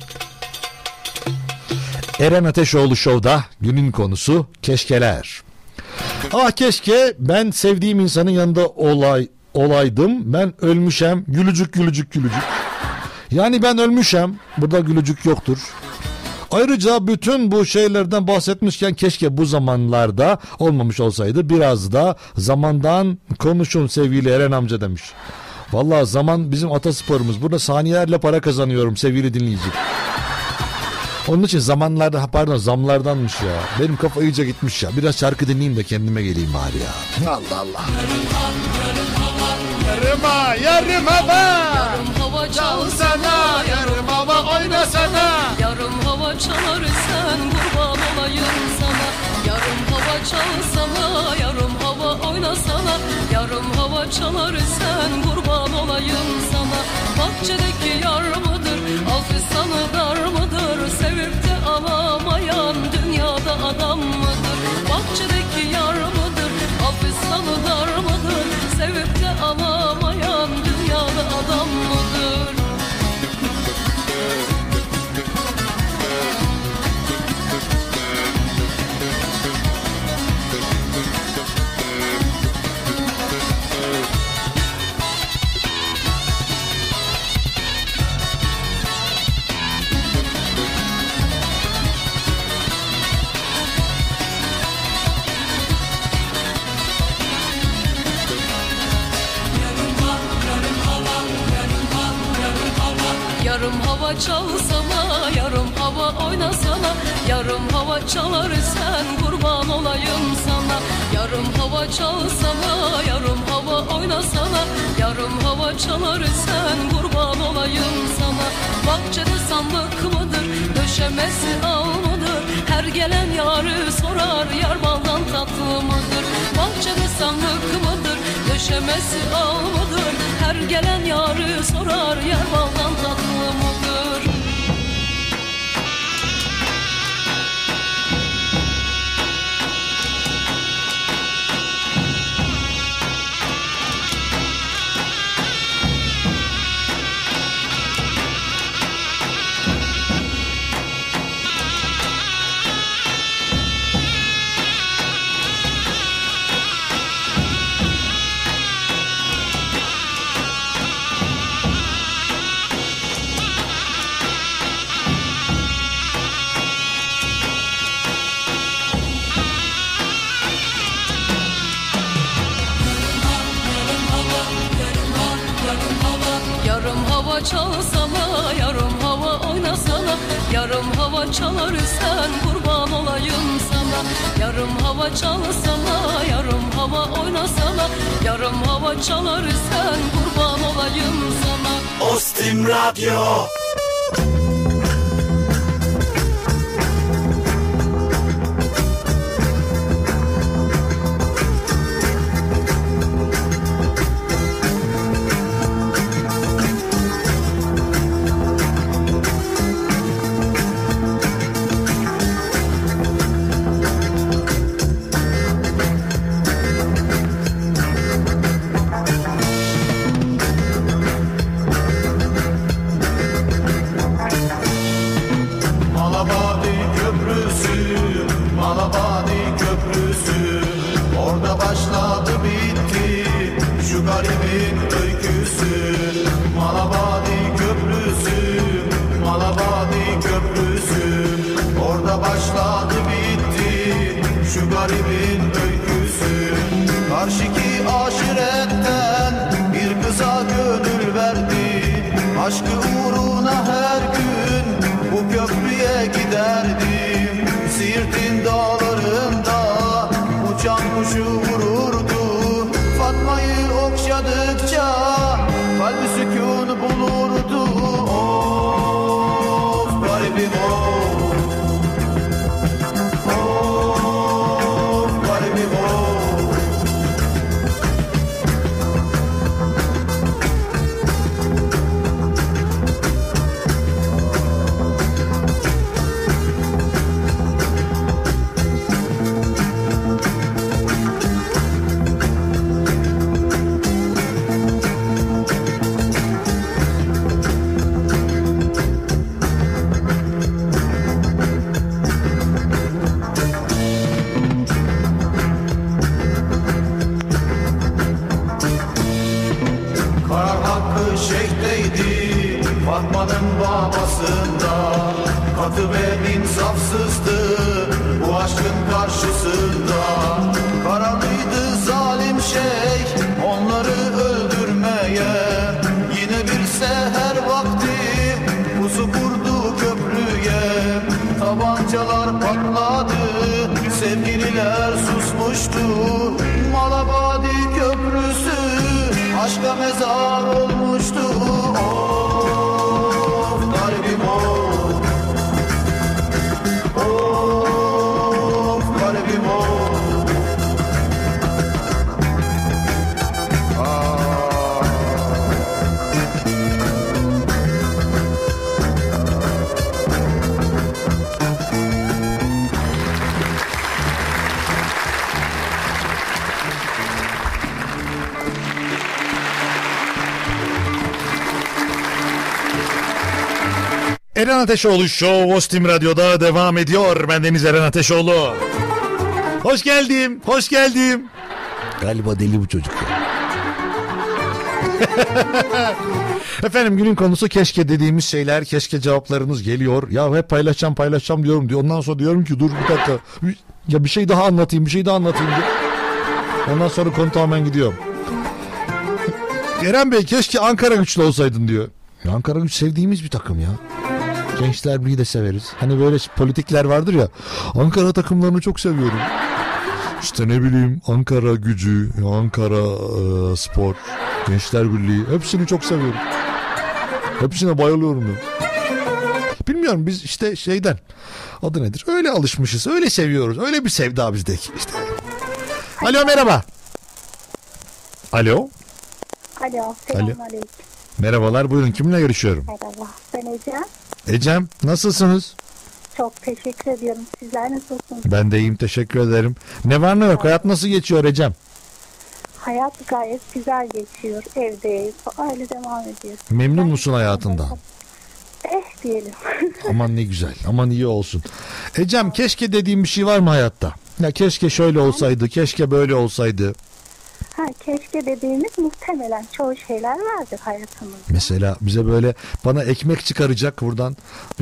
Eren Ateşoğlu Show'da günün konusu keşkeler. Ah keşke ben sevdiğim insanın yanında olaydım. Ben ölmüşem, gülücük. Yani ben ölmüşem, burada gülücük yoktur. Ayrıca bütün bu şeylerden bahsetmişken keşke bu zamanlarda olmamış olsaydı. Biraz da zamandan konuşun sevgili Eren amca demiş. Vallahi zaman bizim atasporumuz. Burada saniyelerle para kazanıyorum sevgili dinleyici. Onun için zamlardanmış ya. Benim kafa iyice gitmiş ya. Biraz şarkı dinleyeyim de kendime geleyim bari ya. Allah Allah. Yarım hava çalsana, yarım hava oynasana. Yarım hava çalar sen kurban olayım sana. Yarım hava çalsana, yarım hava oynasana. Yarım hava çalar sen kurban olayım sana. Bahçedeki yar mıdır, alfistanı dar mıdır? Sevip de alamayan dünyada adam mıdır? Bahçedeki yar mıdır, alfistanı dar mıdır? Sevip de alamayan dünyada adam mıdır? Yarım hava çalsana, yarım hava oynasana. Yarım hava çalar sen kurban olayım sana. Yarım hava çalsana, yarım hava oynasana. Yarım hava çalar sen kurban olayım sana. Bahçede sandık mıdır, döşemesi al mıdır? Her gelen yarı sorar, yar baldan tatlı mıdır? Bahçede sandık mıdır, döşemesi al mıdır? Her gelen yarı sorar, yar baldan tatlı mıdır? Çalsana, yarım hava oynasana. Yarım hava çalar sen kurban olayım sana. Yarım hava çalsana, yarım hava oynasana. Yarım hava çalar sen kurban olayım sana. Ostim Radyo. garibin öyküsü. Karşıki aşiretten bir kıza gönül verdi. Aşkı uğruna her gün bu köprüye giderdim. Siirt'in dağlarında uçan kuşu vururdu. Fatma'yı okşadıkça kalbi sükun bulurdu. Of garibim of. Of garibim of. Karar hakkı şeyhteydi Fatma'nın babasında. Katı ve insafsızdı bu aşkın karşısında. Kararlıydı zalim şeyh onları öldürmeye. Yine bir seher vakti pusu kurdu köprüye. Tabancalar patladı, sevgililer susmuştu. Malabadi köprüsü aşka mezar olmuştu. Of garibim of. Of garibim of. Eren Ateşoğlu Show Ostim Radyo'da devam ediyor. Bendeniz Eren Ateşoğlu. Hoş geldim, hoş geldim. Galiba deli bu çocuk ya. Efendim günün konusu keşke dediğimiz şeyler, keşke cevaplarınız geliyor. Ya hep paylaşacağım diyorum diyor. Ondan sonra diyorum ki dur bir dakika. Ya bir şey daha anlatayım diyor. Ondan sonra konu tamamen gidiyor. Eren Bey keşke Ankara Güçlü olsaydın diyor. Ya Ankara Güç sevdiğimiz bir takım ya. Gençler Birliği de severiz. Hani böyle politikler vardır ya. Ankara takımlarını çok seviyorum. İşte ne bileyim Ankara Gücü, Ankara Spor, Gençler Birliği hepsini çok seviyorum. Hepsine bayılıyorum ya. Bilmiyorum biz işte şeyden adı nedir? Öyle alışmışız, öyle seviyoruz. Öyle bir sevda bizdeki işte. Alo merhaba. Alo. Alo. Selamünaleyküm. Merhabalar buyurun kiminle görüşüyorum? Merhaba. Ben Ecem. Ecem nasılsınız? Çok teşekkür ediyorum. Sizler nasılsınız? Ben de iyiyim teşekkür ederim. Ne var ne yok hayat nasıl geçiyor Ecem? Hayat gayet güzel geçiyor. Evdeyiz. Öyle devam ediyoruz. Memnun musun hayatından? Diyelim. Aman ne güzel. Aman iyi olsun. Ecem keşke dediğim bir şey var mı hayatta? Ya keşke şöyle olsaydı, keşke böyle olsaydı. Keşke dediğimiz muhtemelen çoğu şeyler vardır hayatımızda. Mesela bize böyle bana ekmek çıkaracak buradan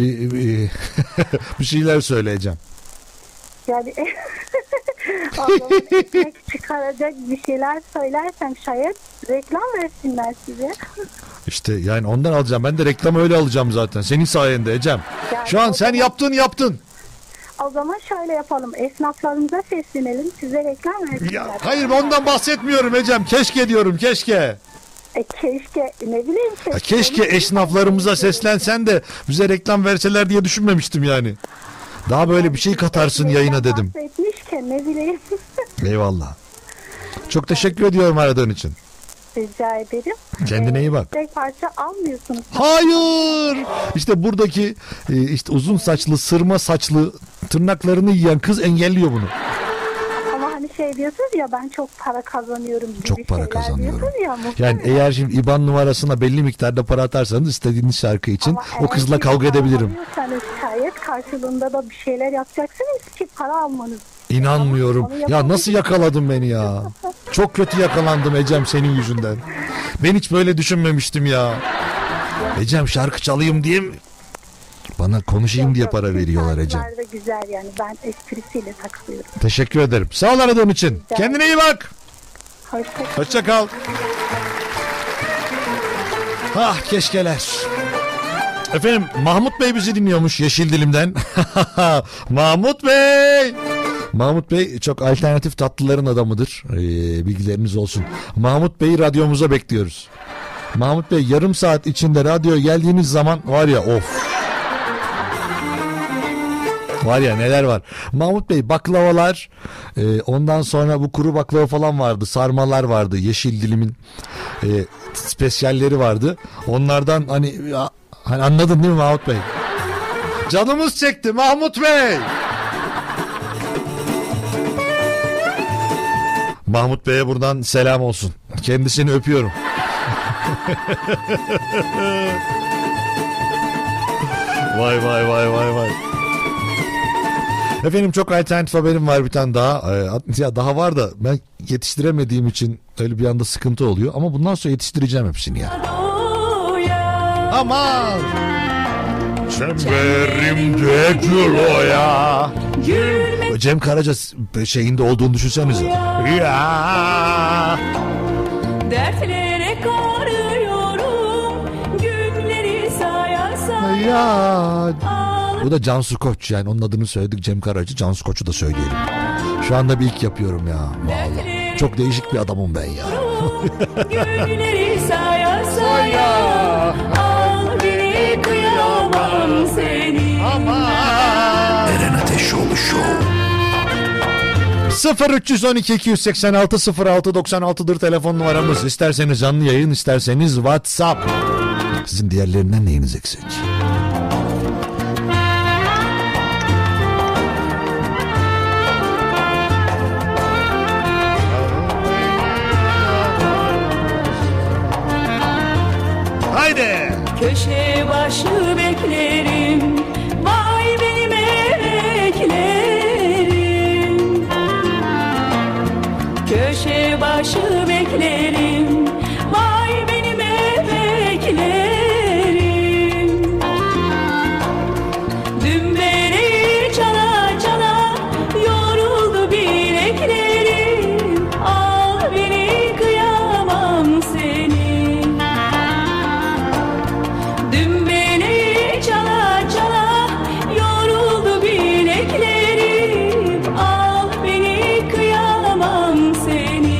bir şeyler söyleyeceğim. Yani o zaman ekmek çıkaracak bir şeyler söylersem şayet reklam versinler size. İşte yani ondan alacağım. Ben de reklamı öyle alacağım zaten. Senin sayende Ecem. Yani şu an sen yaptın. O zaman şöyle yapalım. Esnaflarımıza seslenelim. Size reklam versinler. Ya, hayır ondan bahsetmiyorum Ecem. Keşke diyorum keşke. Keşke ne bileyim. Keşke esnaflarımıza seslensen de bize reklam verseler diye düşünmemiştim yani. Daha böyle bir şey katarsın yayına dedim. Bahsetmişken ne bileyim. Eyvallah. Çok teşekkür ediyorum aradığın için. Rica ederim. Kendine iyi bak. Tek parça almıyorsunuz. Hayır. İşte buradaki işte uzun saçlı, sırma saçlı tırnaklarını yiyen kız engelliyor bunu. Ama hani şey diyorsunuz ya ben çok para kazanıyorum. Çok para kazanıyorum. Ya, yani eğer şimdi IBAN numarasına belli miktarda para atarsanız istediğiniz şarkı için o kızla kavga edebilirim. Şayet karşılığında da bir şeyler yapacaksınız ki para almanız. İnanmıyorum. Ya nasıl yakaladın beni ya? Çok kötü yakalandım Ecem senin yüzünden. Ben hiç böyle düşünmemiştim ya. Ecem şarkı çalayım diye mi? Bana konuşayım diye para veriyorlar Ecem. Şarkılar da güzel yani, ben esprisiyle takılıyorum. Teşekkür ederim. Sağ ol aradığın için. Kendine iyi bak. Hoşça kal. Ah keşkeler. Efendim Mahmut Bey bizi dinliyormuş Yeşil Dilim'den. Mahmut Bey. Mahmut Bey çok alternatif tatlıların adamıdır. Bilgileriniz olsun. Mahmut Bey'i radyomuza bekliyoruz. Mahmut Bey yarım saat içinde radyoya geldiğiniz zaman var ya of. Var ya neler var. Mahmut Bey baklavalar, ondan sonra bu kuru baklava falan vardı. Sarmalar vardı. Yeşil Dilim'in spesiyalleri vardı. Onlardan hani anladın değil mi Mahmut Bey? Canımız çekti Mahmut Bey. Mahmut Bey'e buradan selam olsun. Kendisini öpüyorum. Vay vay vay vay vay. Efendim çok alternatif haberim var bir tane daha. Ya daha var da ben yetiştiremediğim için öyle bir anda sıkıntı oluyor. Ama bundan sonra yetiştireceğim hepsini ya. Aman. Çemberimde gül oya. Cem Karaca şeyinde olduğunu düşünsenize. Ya. Dertlere karıyorum, günleri saya saya. Ya. Bu da Cansu Koç, yani onun adını söyledik Cem Karaca, Cansu Koç'u da söyleyelim. Şu anda bir ilk yapıyorum ya. Vallahi çok değişik bir adamım ben ya. Günleri saya saya. Al beni kıyamam seni. Eren Ateşoğlu Show. 0312 286 0696'dır telefon numaramız. İsterseniz canlı yayın, isterseniz WhatsApp. Sizin diğerlerinden neyiniz eksik? Haydi. Köşe başı beklerim, vay benim emeklerim. Köşe başı beklerim, vay benim emeklerim. Dümberi çala çala yoruldu bileklerim. Al beni kıyamam seni. Dümberi çala çala yoruldu bileklerim. Al beni kıyamam seni.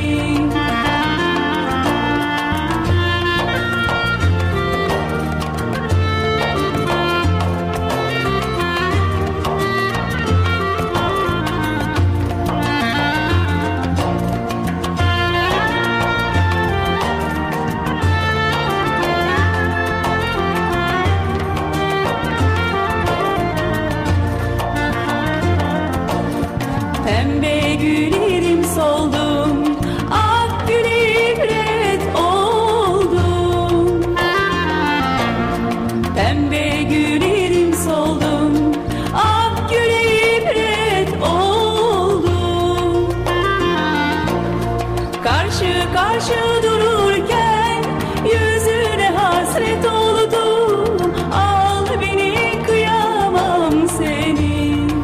Pembe güllerim soldum, ak gül ibret oldum. Pembe güllerim soldum, ak gül ibret oldum. Karşı karşı dururken yüzüne hasret oldum. Al beni kıyamam seni.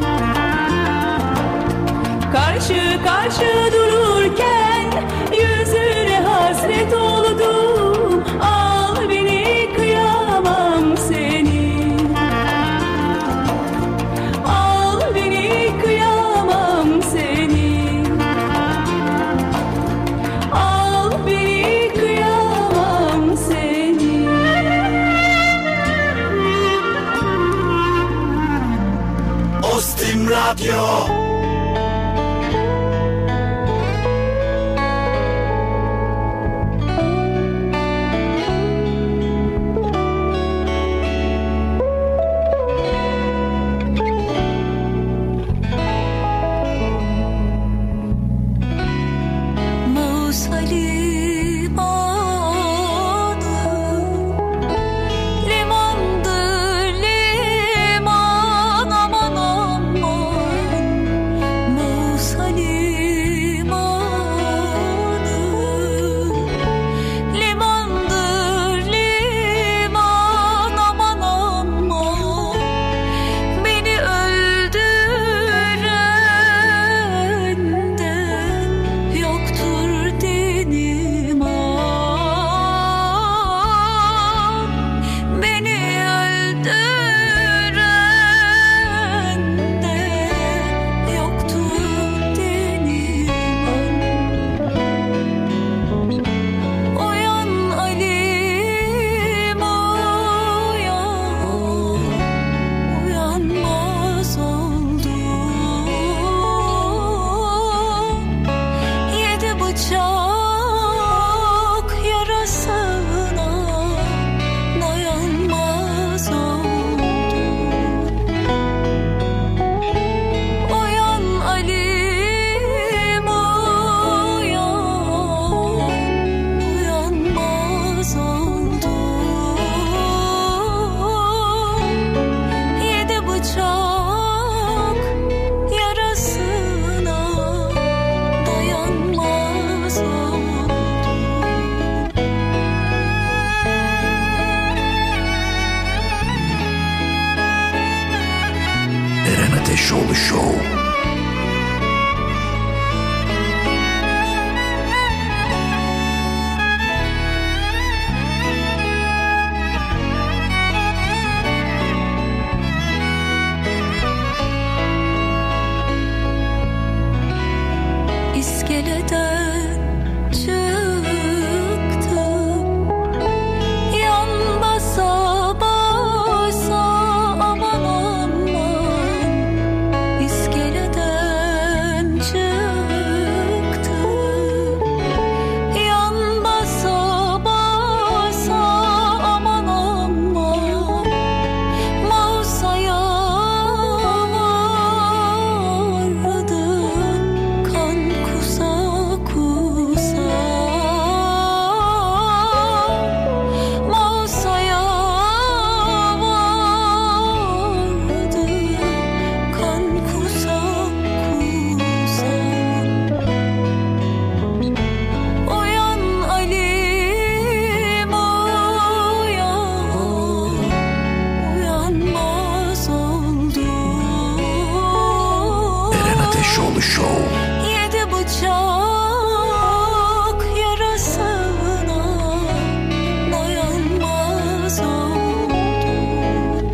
Karşı karşı dururken yüzüne hasret oldum. Al beni kıyamam seni. Al beni kıyamam seni. Al beni kıyamam seni. Ostim Radyo. Musa limanı, limandır liman, aman aman. Ateşoğlu Show. İskeleden çıktım, yan basa basa aman aman. İskeleden çıktım, yan basa basa aman aman. Mausa'ya vardım, kan kusa kusa. Mausa'ya vardım, kan kusa kusa. Uyan Ali'm uyan, uyanmaz oldum. Eren Ateşoğlu Show. Yedi bıçak yarasına dayanmaz oldum.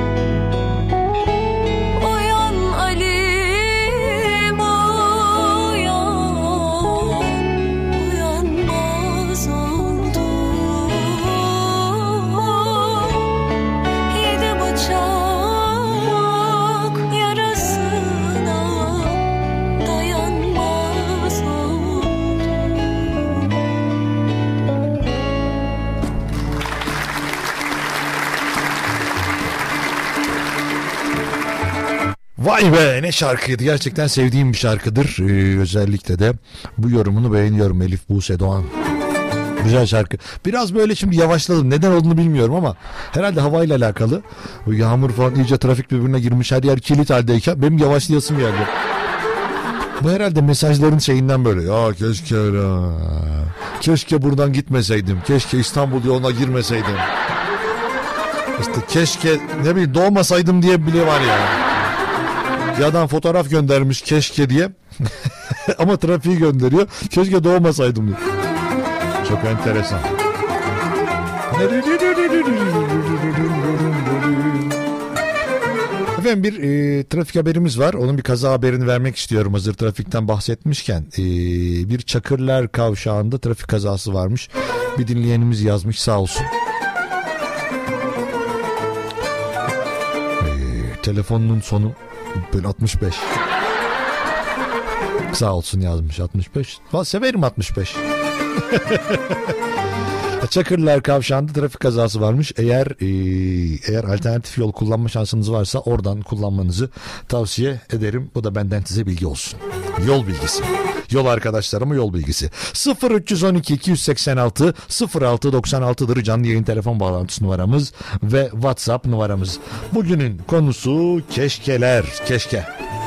Uyan Ali'm uyan, uyanmaz oldum. Yedi bıçak yarasına dayanmaz oldum. Vay be, ne şarkıydı. Gerçekten sevdiğim bir şarkıdır. Özellikle de bu yorumunu beğeniyorum, Elif Buse Doğan. Güzel şarkı. Biraz böyle şimdi yavaşladım. Neden olduğunu bilmiyorum ama herhalde havayla alakalı. Bu yağmur falan, iyice trafik birbirine girmiş, her yer kilit haldeyken benim yavaşlayasım geldi. Bu herhalde mesajların şeyinden böyle. Ya keşke buradan gitmeseydim. Keşke İstanbul yoluna girmeseydim. İşte keşke ne bileyim doğmasaydım diye bile var ya. Bir adam fotoğraf göndermiş keşke diye. Ama trafiği gönderiyor. Keşke doğmasaydım diye. Çok enteresan. Efendim bir trafik haberimiz var. Onun bir kaza haberini vermek istiyorum. Hazır trafikten bahsetmişken. Bir Çakırlar kavşağında trafik kazası varmış. Bir dinleyenimiz yazmış, sağ olsun. Telefonunun sonu böyle 65. Sağ olsun yazmış 65. Severim 65. Çakırlar kavşağında trafik kazası varmış. Eğer alternatif yol kullanma şansınız varsa oradan kullanmanızı tavsiye ederim. Bu da benden size bilgi olsun. Yol bilgisi. Yol arkadaşlarıma yol bilgisi. 0312 286 0696'dır canlı yayın telefon bağlantısı numaramız ve WhatsApp numaramız. Bugünün konusu keşkeler. Keşke.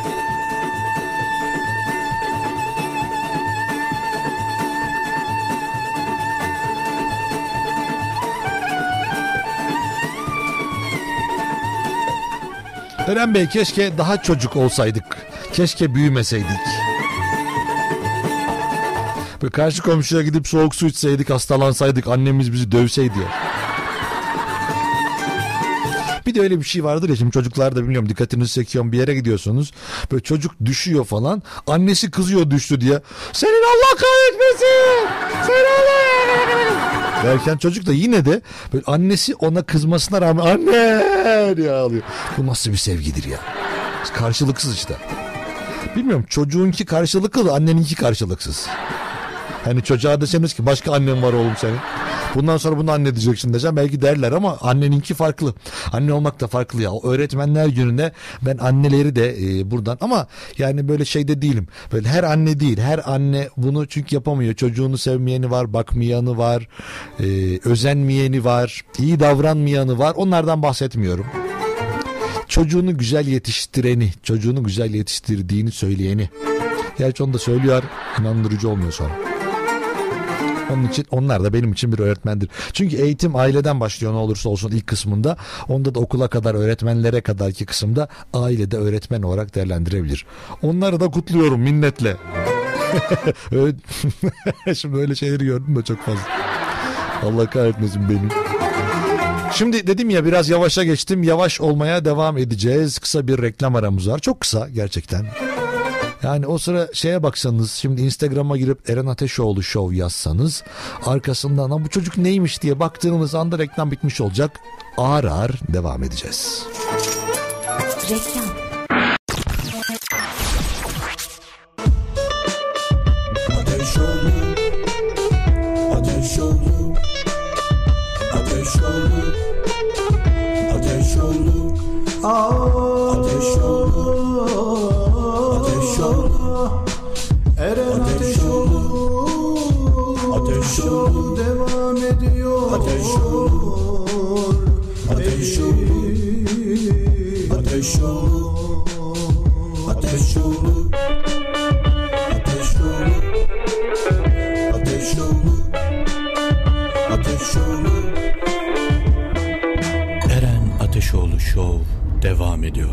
Eren Bey, keşke daha çocuk olsaydık. Keşke büyümeseydik. Böyle karşı komşuya gidip soğuk su içseydik, hastalansaydık, annemiz bizi dövseydi. Bir de öyle bir şey vardır ya, şimdi çocuklar da bilmiyorum, dikkatinizi çekiyorum, bir yere gidiyorsunuz. Böyle çocuk düşüyor falan. Annesi kızıyor düştü diye. Senin Allah kahretmesin. Senin Allah derken çocuk da yine de böyle annesi ona kızmasına rağmen anne diye ağlıyor. Bu nasıl bir sevgidir ya? Karşılıksız işte. Bilmiyorum, çocuğunki karşılıklı, anneninki karşılıksız. Hani çocuğa deseniz ki başka annen var oğlum senin. Bundan sonra bunu anne diyeceksin desem belki derler ama anneninki farklı. Anne olmak da farklı ya. O öğretmenler gününde ben anneleri de buradan, ama yani böyle şeyde değilim. Böyle her anne değil. Her anne bunu çünkü yapamıyor. Çocuğunu sevmeyeni var, bakmayanı var, özenmeyeni var, iyi davranmayanı var. Onlardan bahsetmiyorum. Çocuğunu güzel yetiştireni, çocuğunu güzel yetiştirdiğini söyleyeni. Gerçi onu da söylüyor, inandırıcı olmuyor sonra. Onun için onlar da benim için bir öğretmendir. Çünkü eğitim aileden başlıyor ne olursa olsun ilk kısmında. Onda da okula kadar, öğretmenlere kadarki kısımda ailede öğretmen olarak değerlendirebilir. Onları da kutluyorum minnetle. Şimdi öyle şeyleri gördüm de çok fazla. Allah kahretmesin beni. Şimdi dedim ya biraz yavaşa geçtim. Yavaş olmaya devam edeceğiz. Kısa bir reklam aramız var. Çok kısa gerçekten. Yani o sıra şeye baksanız, şimdi Instagram'a girip Eren Ateşoğlu Show yazsanız, arkasından bu çocuk neymiş diye baktığınız anda reklam bitmiş olacak. Ağır ağır devam edeceğiz. Reklam. Ateşoğlu, Ateşoğlu, Ateşoğlu, Ateşoğlu, Ateşoğlu, Ateşoğlu, Eren Ateşoğlu, Ateşoğlu devam ediyor. Ateşoğlu, Ateşoğlu, Ateşoğlu, Ateşoğlu, Ateşoğlu, Ateşoğlu, Ateşoğlu. Eren Ateşoğlu Show devam ediyor.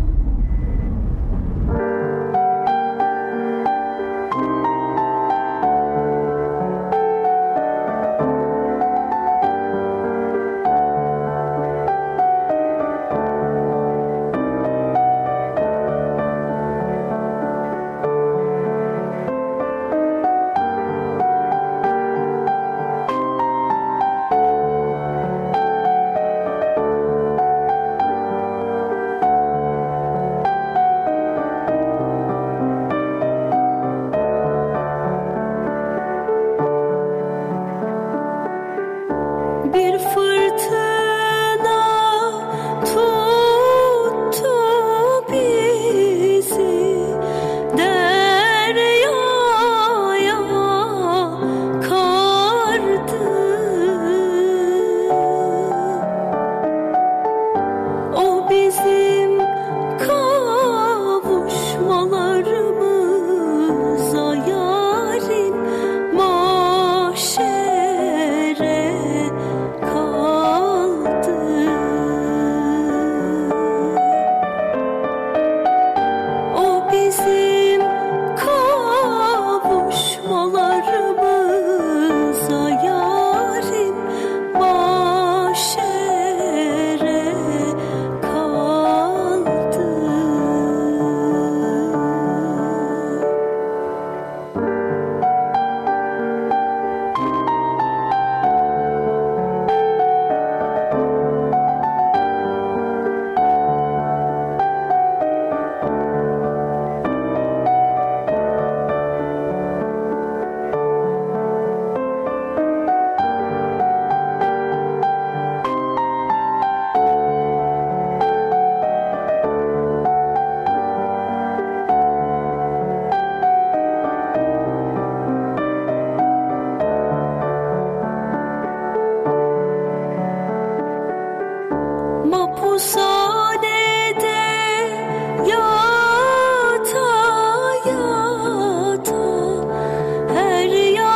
Bir fırtına tuttu bizi, deryaya kardı. O bizim kavuşmalarımıza yarim mahşere kaldı. O bizim kavuşmalarımıza yarim mahşere kaldı. Mahpushanede yata yata her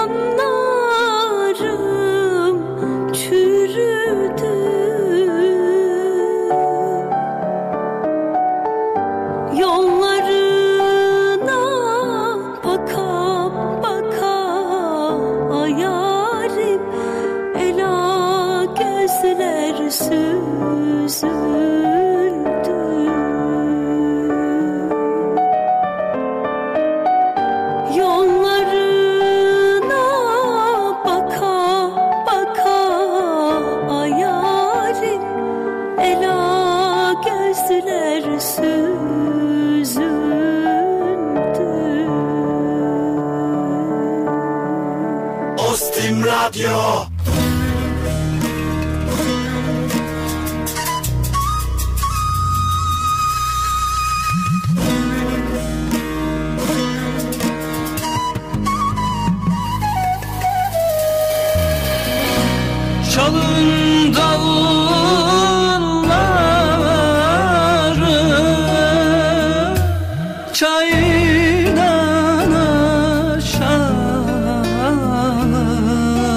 yanlarım çürüdü. Yollarına baka baka yarim ela gözler süzüldü. Yollarına baka baka yarim ela gözler süzüldü. Ostim Radyo. Çalın davulları, çaydan aşağı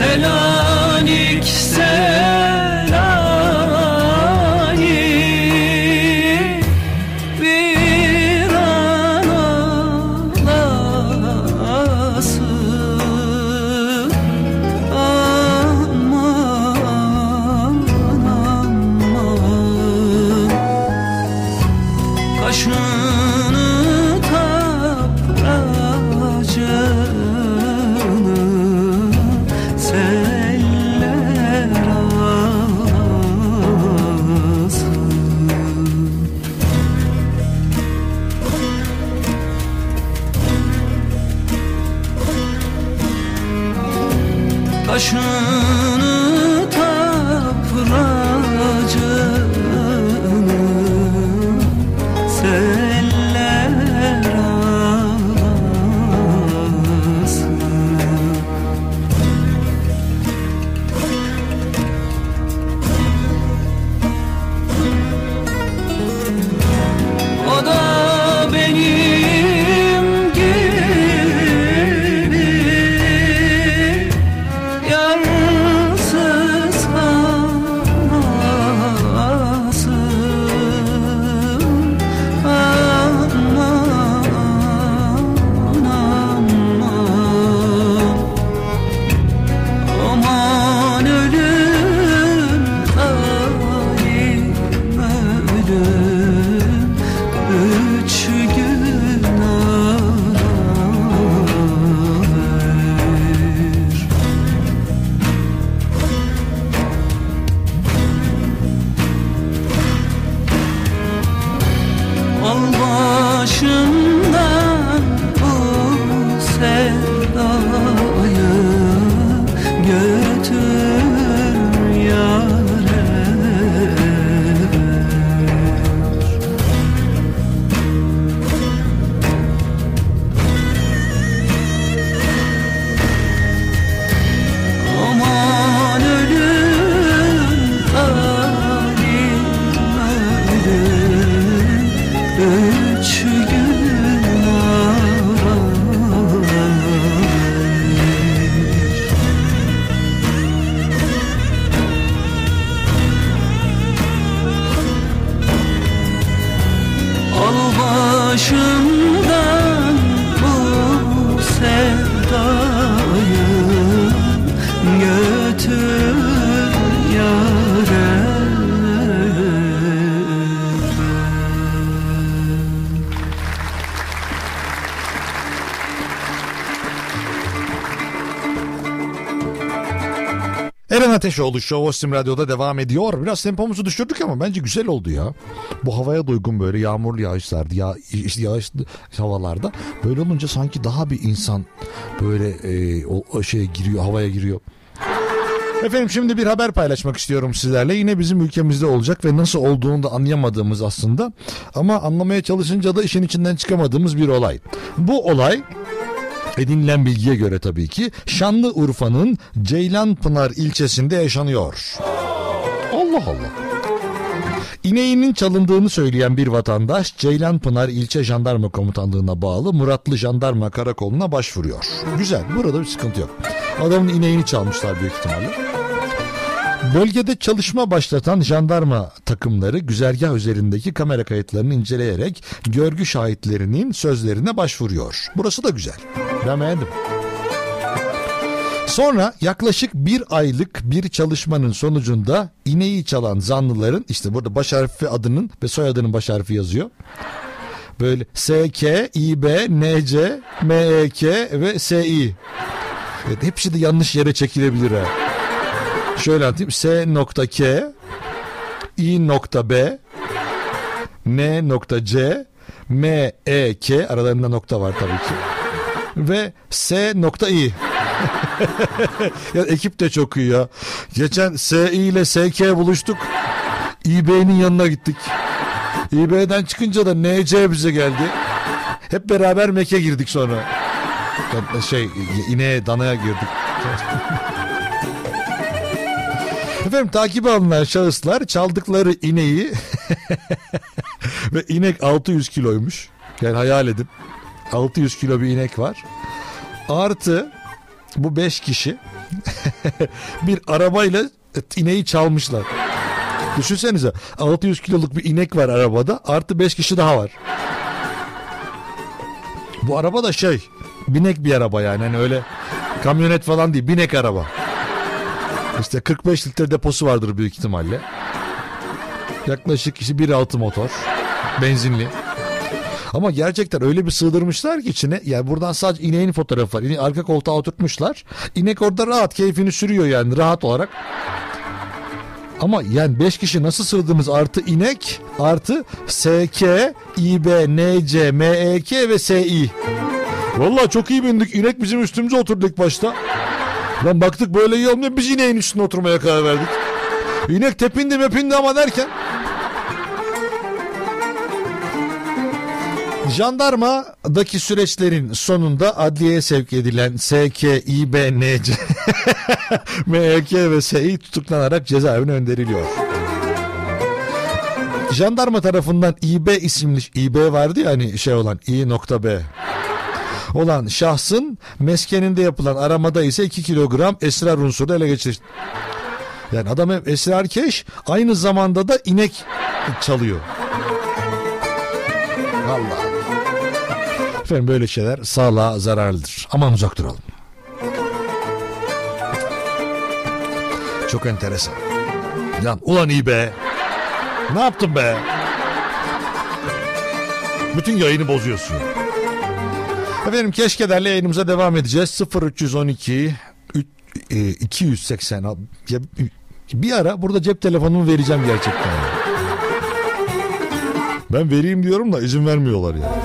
Selanik Selanik bir anası aman aman kaşını tapracını seller alsın. Kaşını tapracını seller alsın. O da benim gibi yarsız kalmasın. Aman aman aman ölüm zalim ölüm üç gün ara ver. Al başımdan bu sevdayı götür yâre ver. Aman ölüm zalim ölüm üç gün ara ver. Al başımdan bu sevdayı götür yâre ver. Eren Ateşoğlu Show Ostim Radyo'da devam ediyor. Biraz tempomuzu düşürdük ama bence güzel oldu ya. Bu havaya da uygun böyle yağmurlu yağışlarda, yağışlı havalarda. Böyle olunca sanki daha bir insan böyle o şeye giriyor, havaya giriyor. Efendim şimdi bir haber paylaşmak istiyorum sizlerle. Yine bizim ülkemizde olacak ve nasıl olduğunu da anlayamadığımız aslında. Ama anlamaya çalışınca da işin içinden çıkamadığımız bir olay. Bu olay edinilen bilgiye göre tabii ki Şanlıurfa'nın Ceylanpınar ilçesinde yaşanıyor. Allah Allah. İneğinin çalındığını söyleyen bir vatandaş Ceylanpınar İlçe Jandarma Komutanlığı'na bağlı Muratlı Jandarma Karakolu'na başvuruyor. Güzel, burada bir sıkıntı yok. Adamın ineğini çalmışlar büyük ihtimalle. Bölgede çalışma başlatan jandarma takımları güzergah üzerindeki kamera kayıtlarını inceleyerek görgü şahitlerinin sözlerine başvuruyor. Burası da güzel. Ben beğendim. Sonra yaklaşık bir aylık bir çalışmanın sonucunda ineği çalan zanlıların, işte burada baş harfi adının ve soyadının baş harfi yazıyor. Böyle S-K, İ-B, N-C, M-E-K ve S-İ. Evet, hepsi de yanlış yere çekilebilir ha. Şöyle anlatayım. S.K, İ.B, N.C, M.E.K, aralarında nokta var tabii ki. Ve S.İ. Ya ekip de çok iyi ya. Geçen S.İ ile S.K buluştuk. İ.B'nin yanına gittik. İ.B'den çıkınca da N.C bize geldi. Hep beraber Mek'e girdik sonra. İneğe, danaya girdik. Efendim takibe alınan şahıslar çaldıkları ineği ve inek 600 kiloymuş. Yani hayal edin. 600 kilo bir inek var. Artı bu 5 kişi bir arabayla ineği çalmışlar. Düşünsenize 600 kiloluk bir inek var arabada, artı 5 kişi daha var. Bu araba da binek bir araba yani, hani öyle kamyonet falan değil, binek araba. İşte 45 litre deposu vardır büyük ihtimalle. Yaklaşık 1.6 motor, benzinli. Ama gerçekten öyle bir sığdırmışlar ki içine, yani buradan sadece ineğin fotoğrafı var. İneği arka koltuğa oturtmuşlar. İnek orada rahat keyfini sürüyor yani, rahat olarak. Ama yani 5 kişi nasıl sığdığımız, artı inek, artı SK, İB, NC, MEK ve SI. Vallahi çok iyi bindik. İnek bizim üstümüze oturdu ilk başta. Lan baktık böyle iyi olmuyor, biz ineğin üstüne oturmaya karar verdik. İnek tepindi mepindi ama derken. Jandarmadaki süreçlerin sonunda adliyeye sevk edilen SK, İB, NC, MEK ve SI tutuklanarak cezaevine gönderiliyor. Jandarma tarafından İB isimli, İB vardı ya hani olan İ.B olan şahsın meskeninde yapılan aramada ise 2 kilogram esrar unsuru ele geçirir. Yani adam hep esrarkeş, aynı zamanda da inek çalıyor. Allah. Efendim böyle şeyler sağlığa zararlıdır. Aman uzak duralım. Çok enteresan. Lan ulan iyi be. Ne yaptın be? Bütün yayını bozuyorsun. Efendim Keşkeder'le yayınımıza devam edeceğiz. 0312 280. Bir ara burada cep telefonumu vereceğim gerçekten. Ben vereyim diyorum da izin vermiyorlar ya.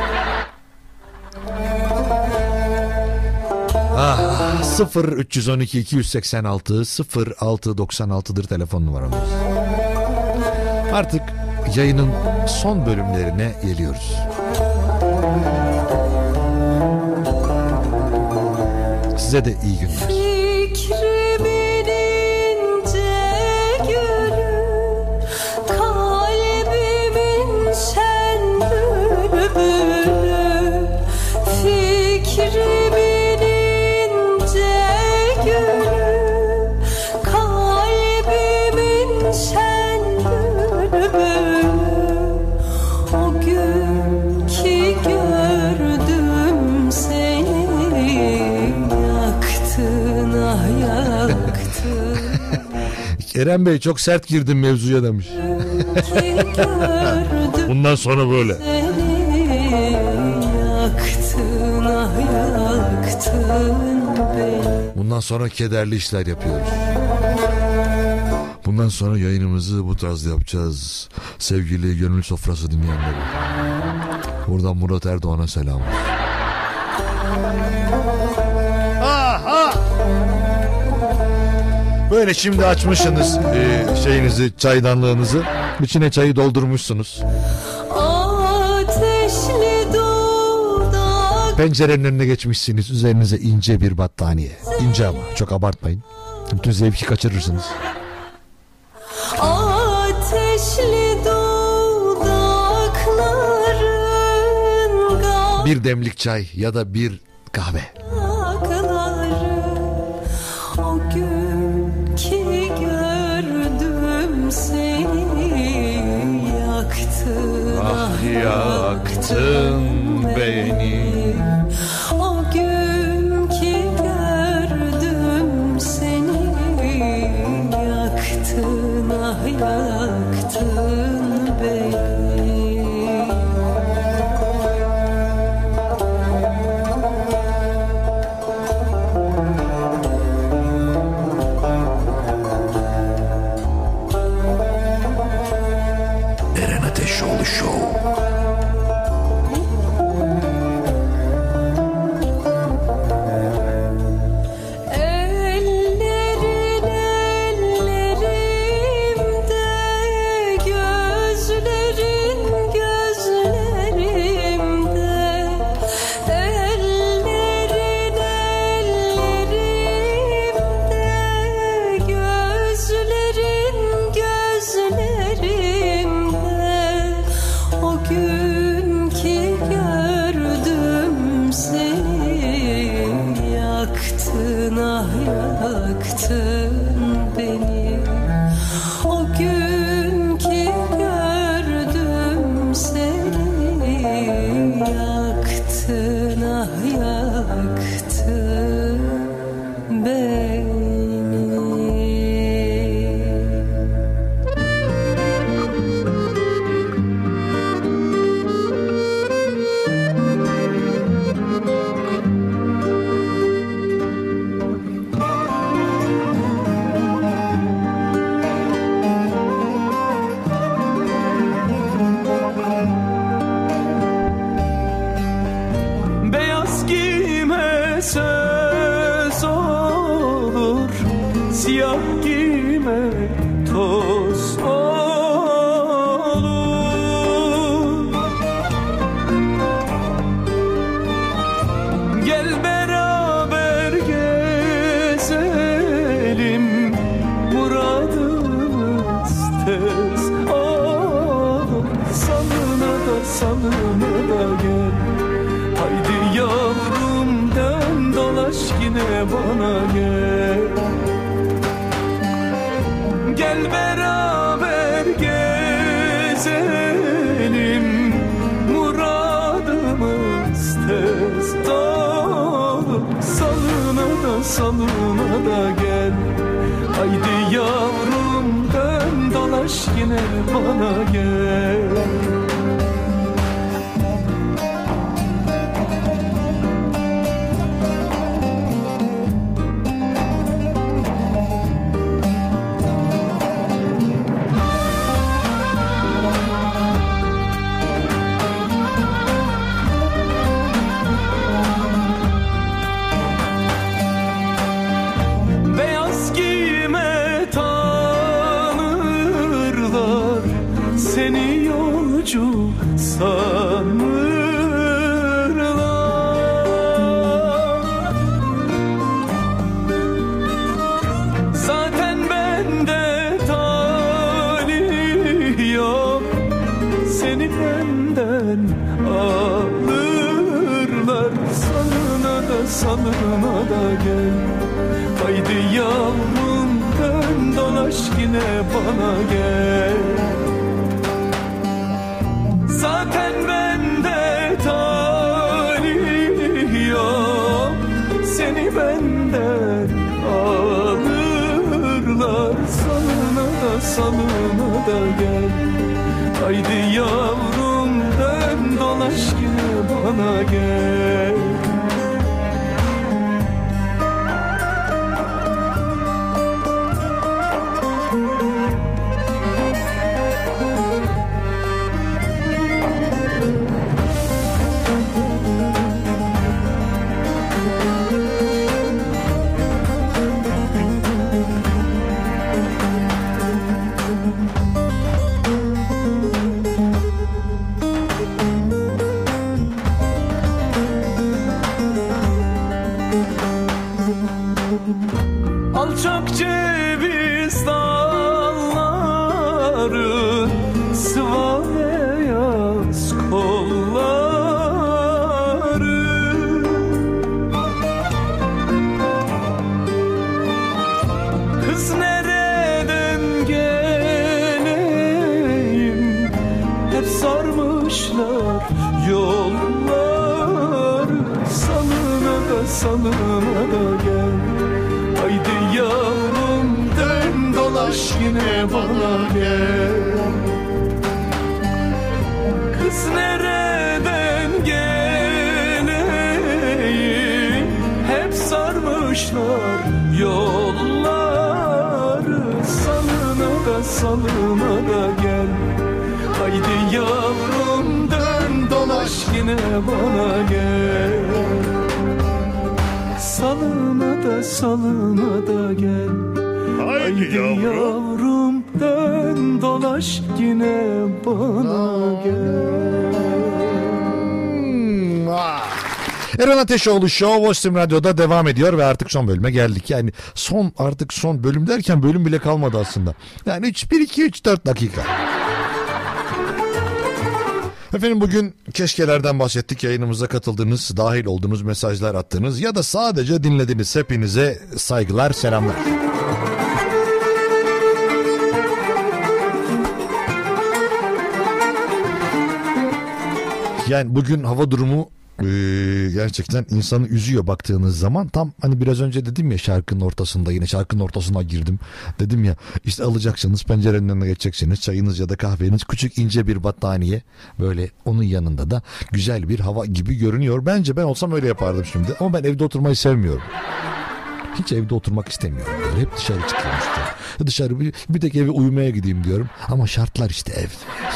Ah, 0312 286 0696'dır telefon numaramız. Artık yayının son bölümlerine geliyoruz. Size de iyi günler. Fikrimin ince gülü, kalbimin şen bülbülü. Fikrimin ince gülü, kalbimin şen bülbülü. O gün ki gördüm seni, Eren Bey çok sert girdin mevzuya demiş. Bundan sonra böyle. Bundan sonra kederli işler yapıyoruz. Bundan sonra yayınımızı bu tarzda yapacağız. Sevgili Gönül Sofrası dinleyenleri. Buradan Murat Erdoğan'a selam. Böyle şimdi açmışsınız şeyinizi, çaydanlığınızı. İçine çayı doldurmuşsunuz. Pencerenin önüne geçmişsiniz. Üzerinize ince bir battaniye. İnce ama çok abartmayın. Bütün zevki kaçırırsınız. Bir demlik çay ya da bir kahve. Yaktın beni. O gün ki gördüm seni, yaktın yaktın beni. yaktın ah yaktın beni. O gün ki gördüm seni, yaktın ah yaktın beni. Beyaz giyme söz olur, siyah giyme toz olur. Gel beraber gezelim, muradımız tez olur. Salına da salına da gel. Haydi yavrum dön dolaş yine bana gel. Gel beraber gezelim, muradımız tez olur. Salına da salına da gel. Haydi yavrum dön dolaş yine bana gel. Beyaz giyme tanırlar, seni yolcu sanırlar. Zaten bende talih yok, seni benden alırlar. Salına da salına da gel. Haydi yavrum dön dolaş yine bana gel. Zaten bende talih yok, seni benden alırlar. Salına da salına da gel. Haydi yavrum dön dolaş yine bana gel. Alçak ceviz dalları, sıva beyaz kolları. Kız nereden geleyim, hep sarmışlar yolları. Salına da salına da gel. Haydi yavrum dön dolaş yine bana gel. Kız nereden geleyim, hep sarmışlar yolları. Salına da salına da gel. Haydi yavrum dön dolaş yine bana gel. Salına da salına da gel. Haydi yavrum dön dolaş yine bana gel. Eren Ateşoğlu Show Ostim Radyo'da devam ediyor ve artık son bölüme geldik. Yani artık son bölüm derken bölüm bile kalmadı aslında. Yani 1, 2, 3, 4 dakika. Efendim bugün keşkelerden bahsettik. Yayınımıza katıldığınız, dahil olduğunuz, mesajlar attığınız ya da sadece dinlediğiniz hepinize saygılar, selamlar. Yani bugün hava durumu gerçekten insanı üzüyor baktığınız zaman. Tam hani biraz önce dedim ya, şarkının ortasında, yine şarkının ortasına girdim. Dedim ya işte alacaksınız, pencerenin önüne geçeceksiniz, çayınız ya da kahveniz, küçük ince bir battaniye, böyle onun yanında da güzel bir hava gibi görünüyor. Bence ben olsam öyle yapardım şimdi, ama ben evde oturmayı sevmiyorum. Hiç evde oturmak istemiyorum. Böyle hep dışarı çıkıyorum işte. Dışarı bir tek eve uyumaya gideyim diyorum. Ama şartlar işte ev.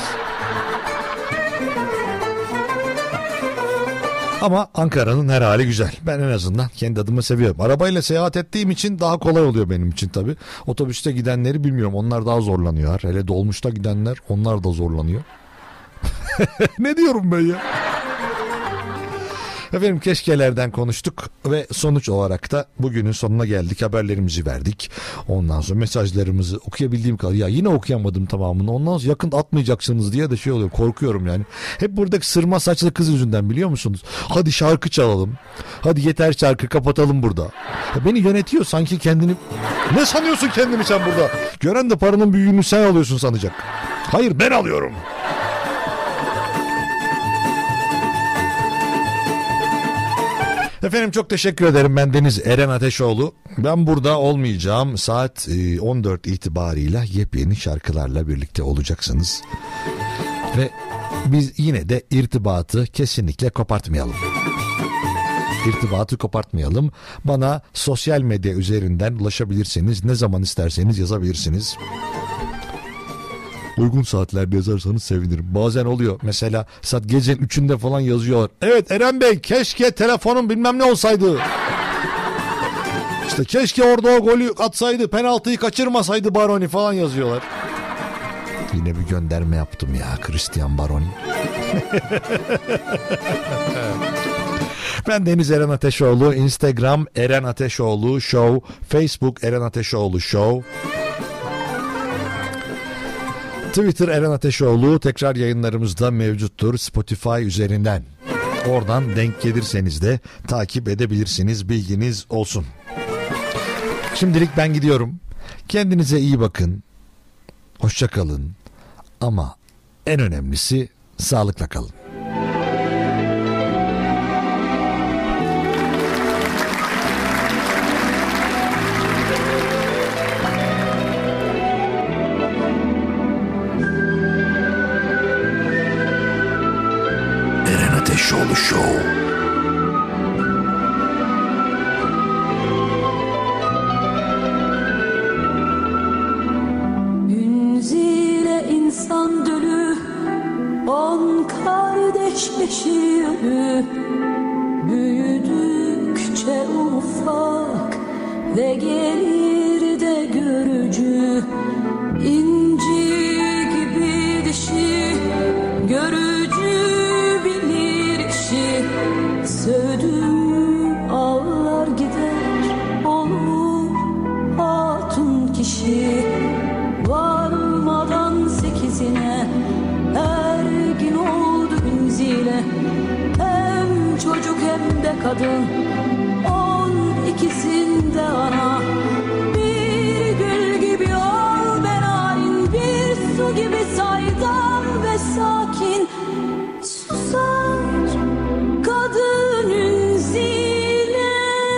Ama Ankara'nın her hali güzel. Ben en azından kendi adıma seviyorum. Arabayla seyahat ettiğim için daha kolay oluyor benim için tabii. Otobüste gidenleri bilmiyorum. Onlar daha zorlanıyor. Hele dolmuşta gidenler, onlar da zorlanıyor. Ne diyorum ben ya? Efendim keşkelerden konuştuk ve sonuç olarak da bugünün sonuna geldik. Haberlerimizi verdik. Ondan sonra mesajlarımızı okuyabildiğim kadar, ya yine okuyamadım tamamını. Ondan sonra yakın atmayacaksınız diye de şey oluyor, korkuyorum yani. Hep buradaki sırma saçlı kız yüzünden, biliyor musunuz? Hadi şarkı çalalım. Hadi yeter şarkı, kapatalım burada. Ya beni yönetiyor sanki kendini. Ne sanıyorsun kendini sen burada? Gören de paranın büyüğünü sen alıyorsun sanacak. Hayır, ben alıyorum. Efendim çok teşekkür ederim. Ben Deniz Eren Ateşoğlu. Ben burada olmayacağım. Saat 14 itibarıyla yepyeni şarkılarla birlikte olacaksınız. Ve biz yine de irtibatı kesinlikle kopartmayalım. İrtibatı kopartmayalım. Bana sosyal medya üzerinden ulaşabilirsiniz. Ne zaman isterseniz yazabilirsiniz. Uygun saatlerde yazarsanız sevinirim. Bazen oluyor. Mesela saat gecenin 3'ünde falan yazıyorlar. Evet Eren Bey, keşke telefonum bilmem ne olsaydı. İşte keşke orada o golü atsaydı, penaltıyı kaçırmasaydı Baroni falan yazıyorlar. Yine bir gönderme yaptım ya, Christian Baroni. Ben Deniz Eren Ateşoğlu. Instagram Eren Ateşoğlu Show. Facebook Eren Ateşoğlu Show. Twitter Eren Ateşoğlu. Tekrar yayınlarımızda mevcuttur Spotify üzerinden. Oradan denk gelirseniz de takip edebilirsiniz, bilginiz olsun. Şimdilik ben gidiyorum. Kendinize iyi bakın. Hoşça kalın. Ama en önemlisi sağlıkla kalın. Eren Ateşoğlu Show. Ünzile insan dölü, 10 kardeş beşi ölü. Büyüdükçe ufak ve gelir de görücü. İnci gibi dişi, görücü bilir işi. Sövdüm ağlar gider, olur hatun kişi. Varmadan 8'ine ergin oldu Ünzile. Hem çocuk hem de kadın, 12'sinde ana. Bir gül gibi ol benarin, bir su gibi saydam ve sakin. Susar kadın Ünzile.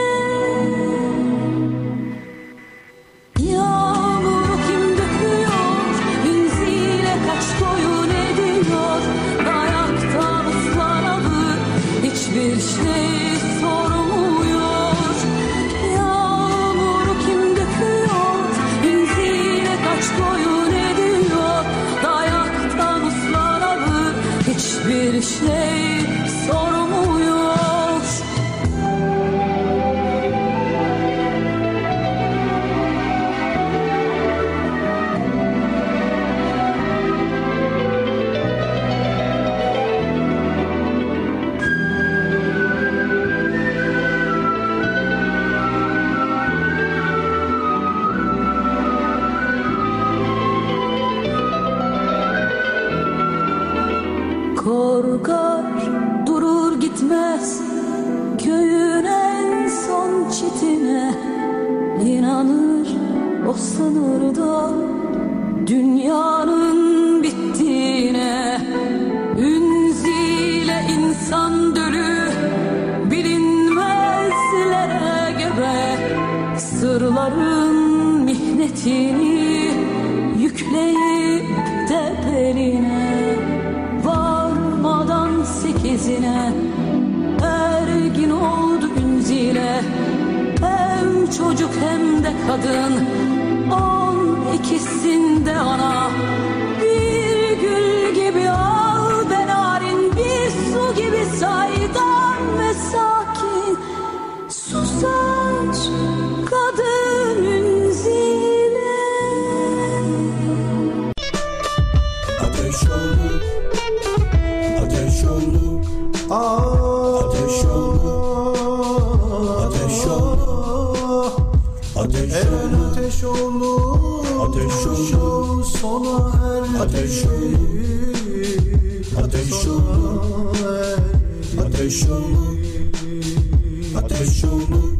Yağmur kim döküyor, Ünzile kaç koyun ediyor. Dayaktan ıslanalı hiçbir şey sormuyor. Yağmur kim döküyor, Ünzile kaç koyun ediyor. Dayaktan ıslanalı hiçbir şey sormuyor. Koy sevdiğine inanır o sınırda dünyanın bittiğine. Ünziyle insan dölü bilinmezlere gebe, sırların mihnetini yükleyip de beline. Varmadan 8'ine ergin oldu Ünzile, hem çocuk hem de kadın, 12'sinde ana. Bir gül gibi al be narin, bir su gibi saydam ve sakin. Susar kadın Ünzile. Ateş olur, ateş olur, ateş olur, ateş olur, ateş olur, ateş olur, ateş olur, sona er, ateş olur, ateş olur, ateş olur, ateş olur.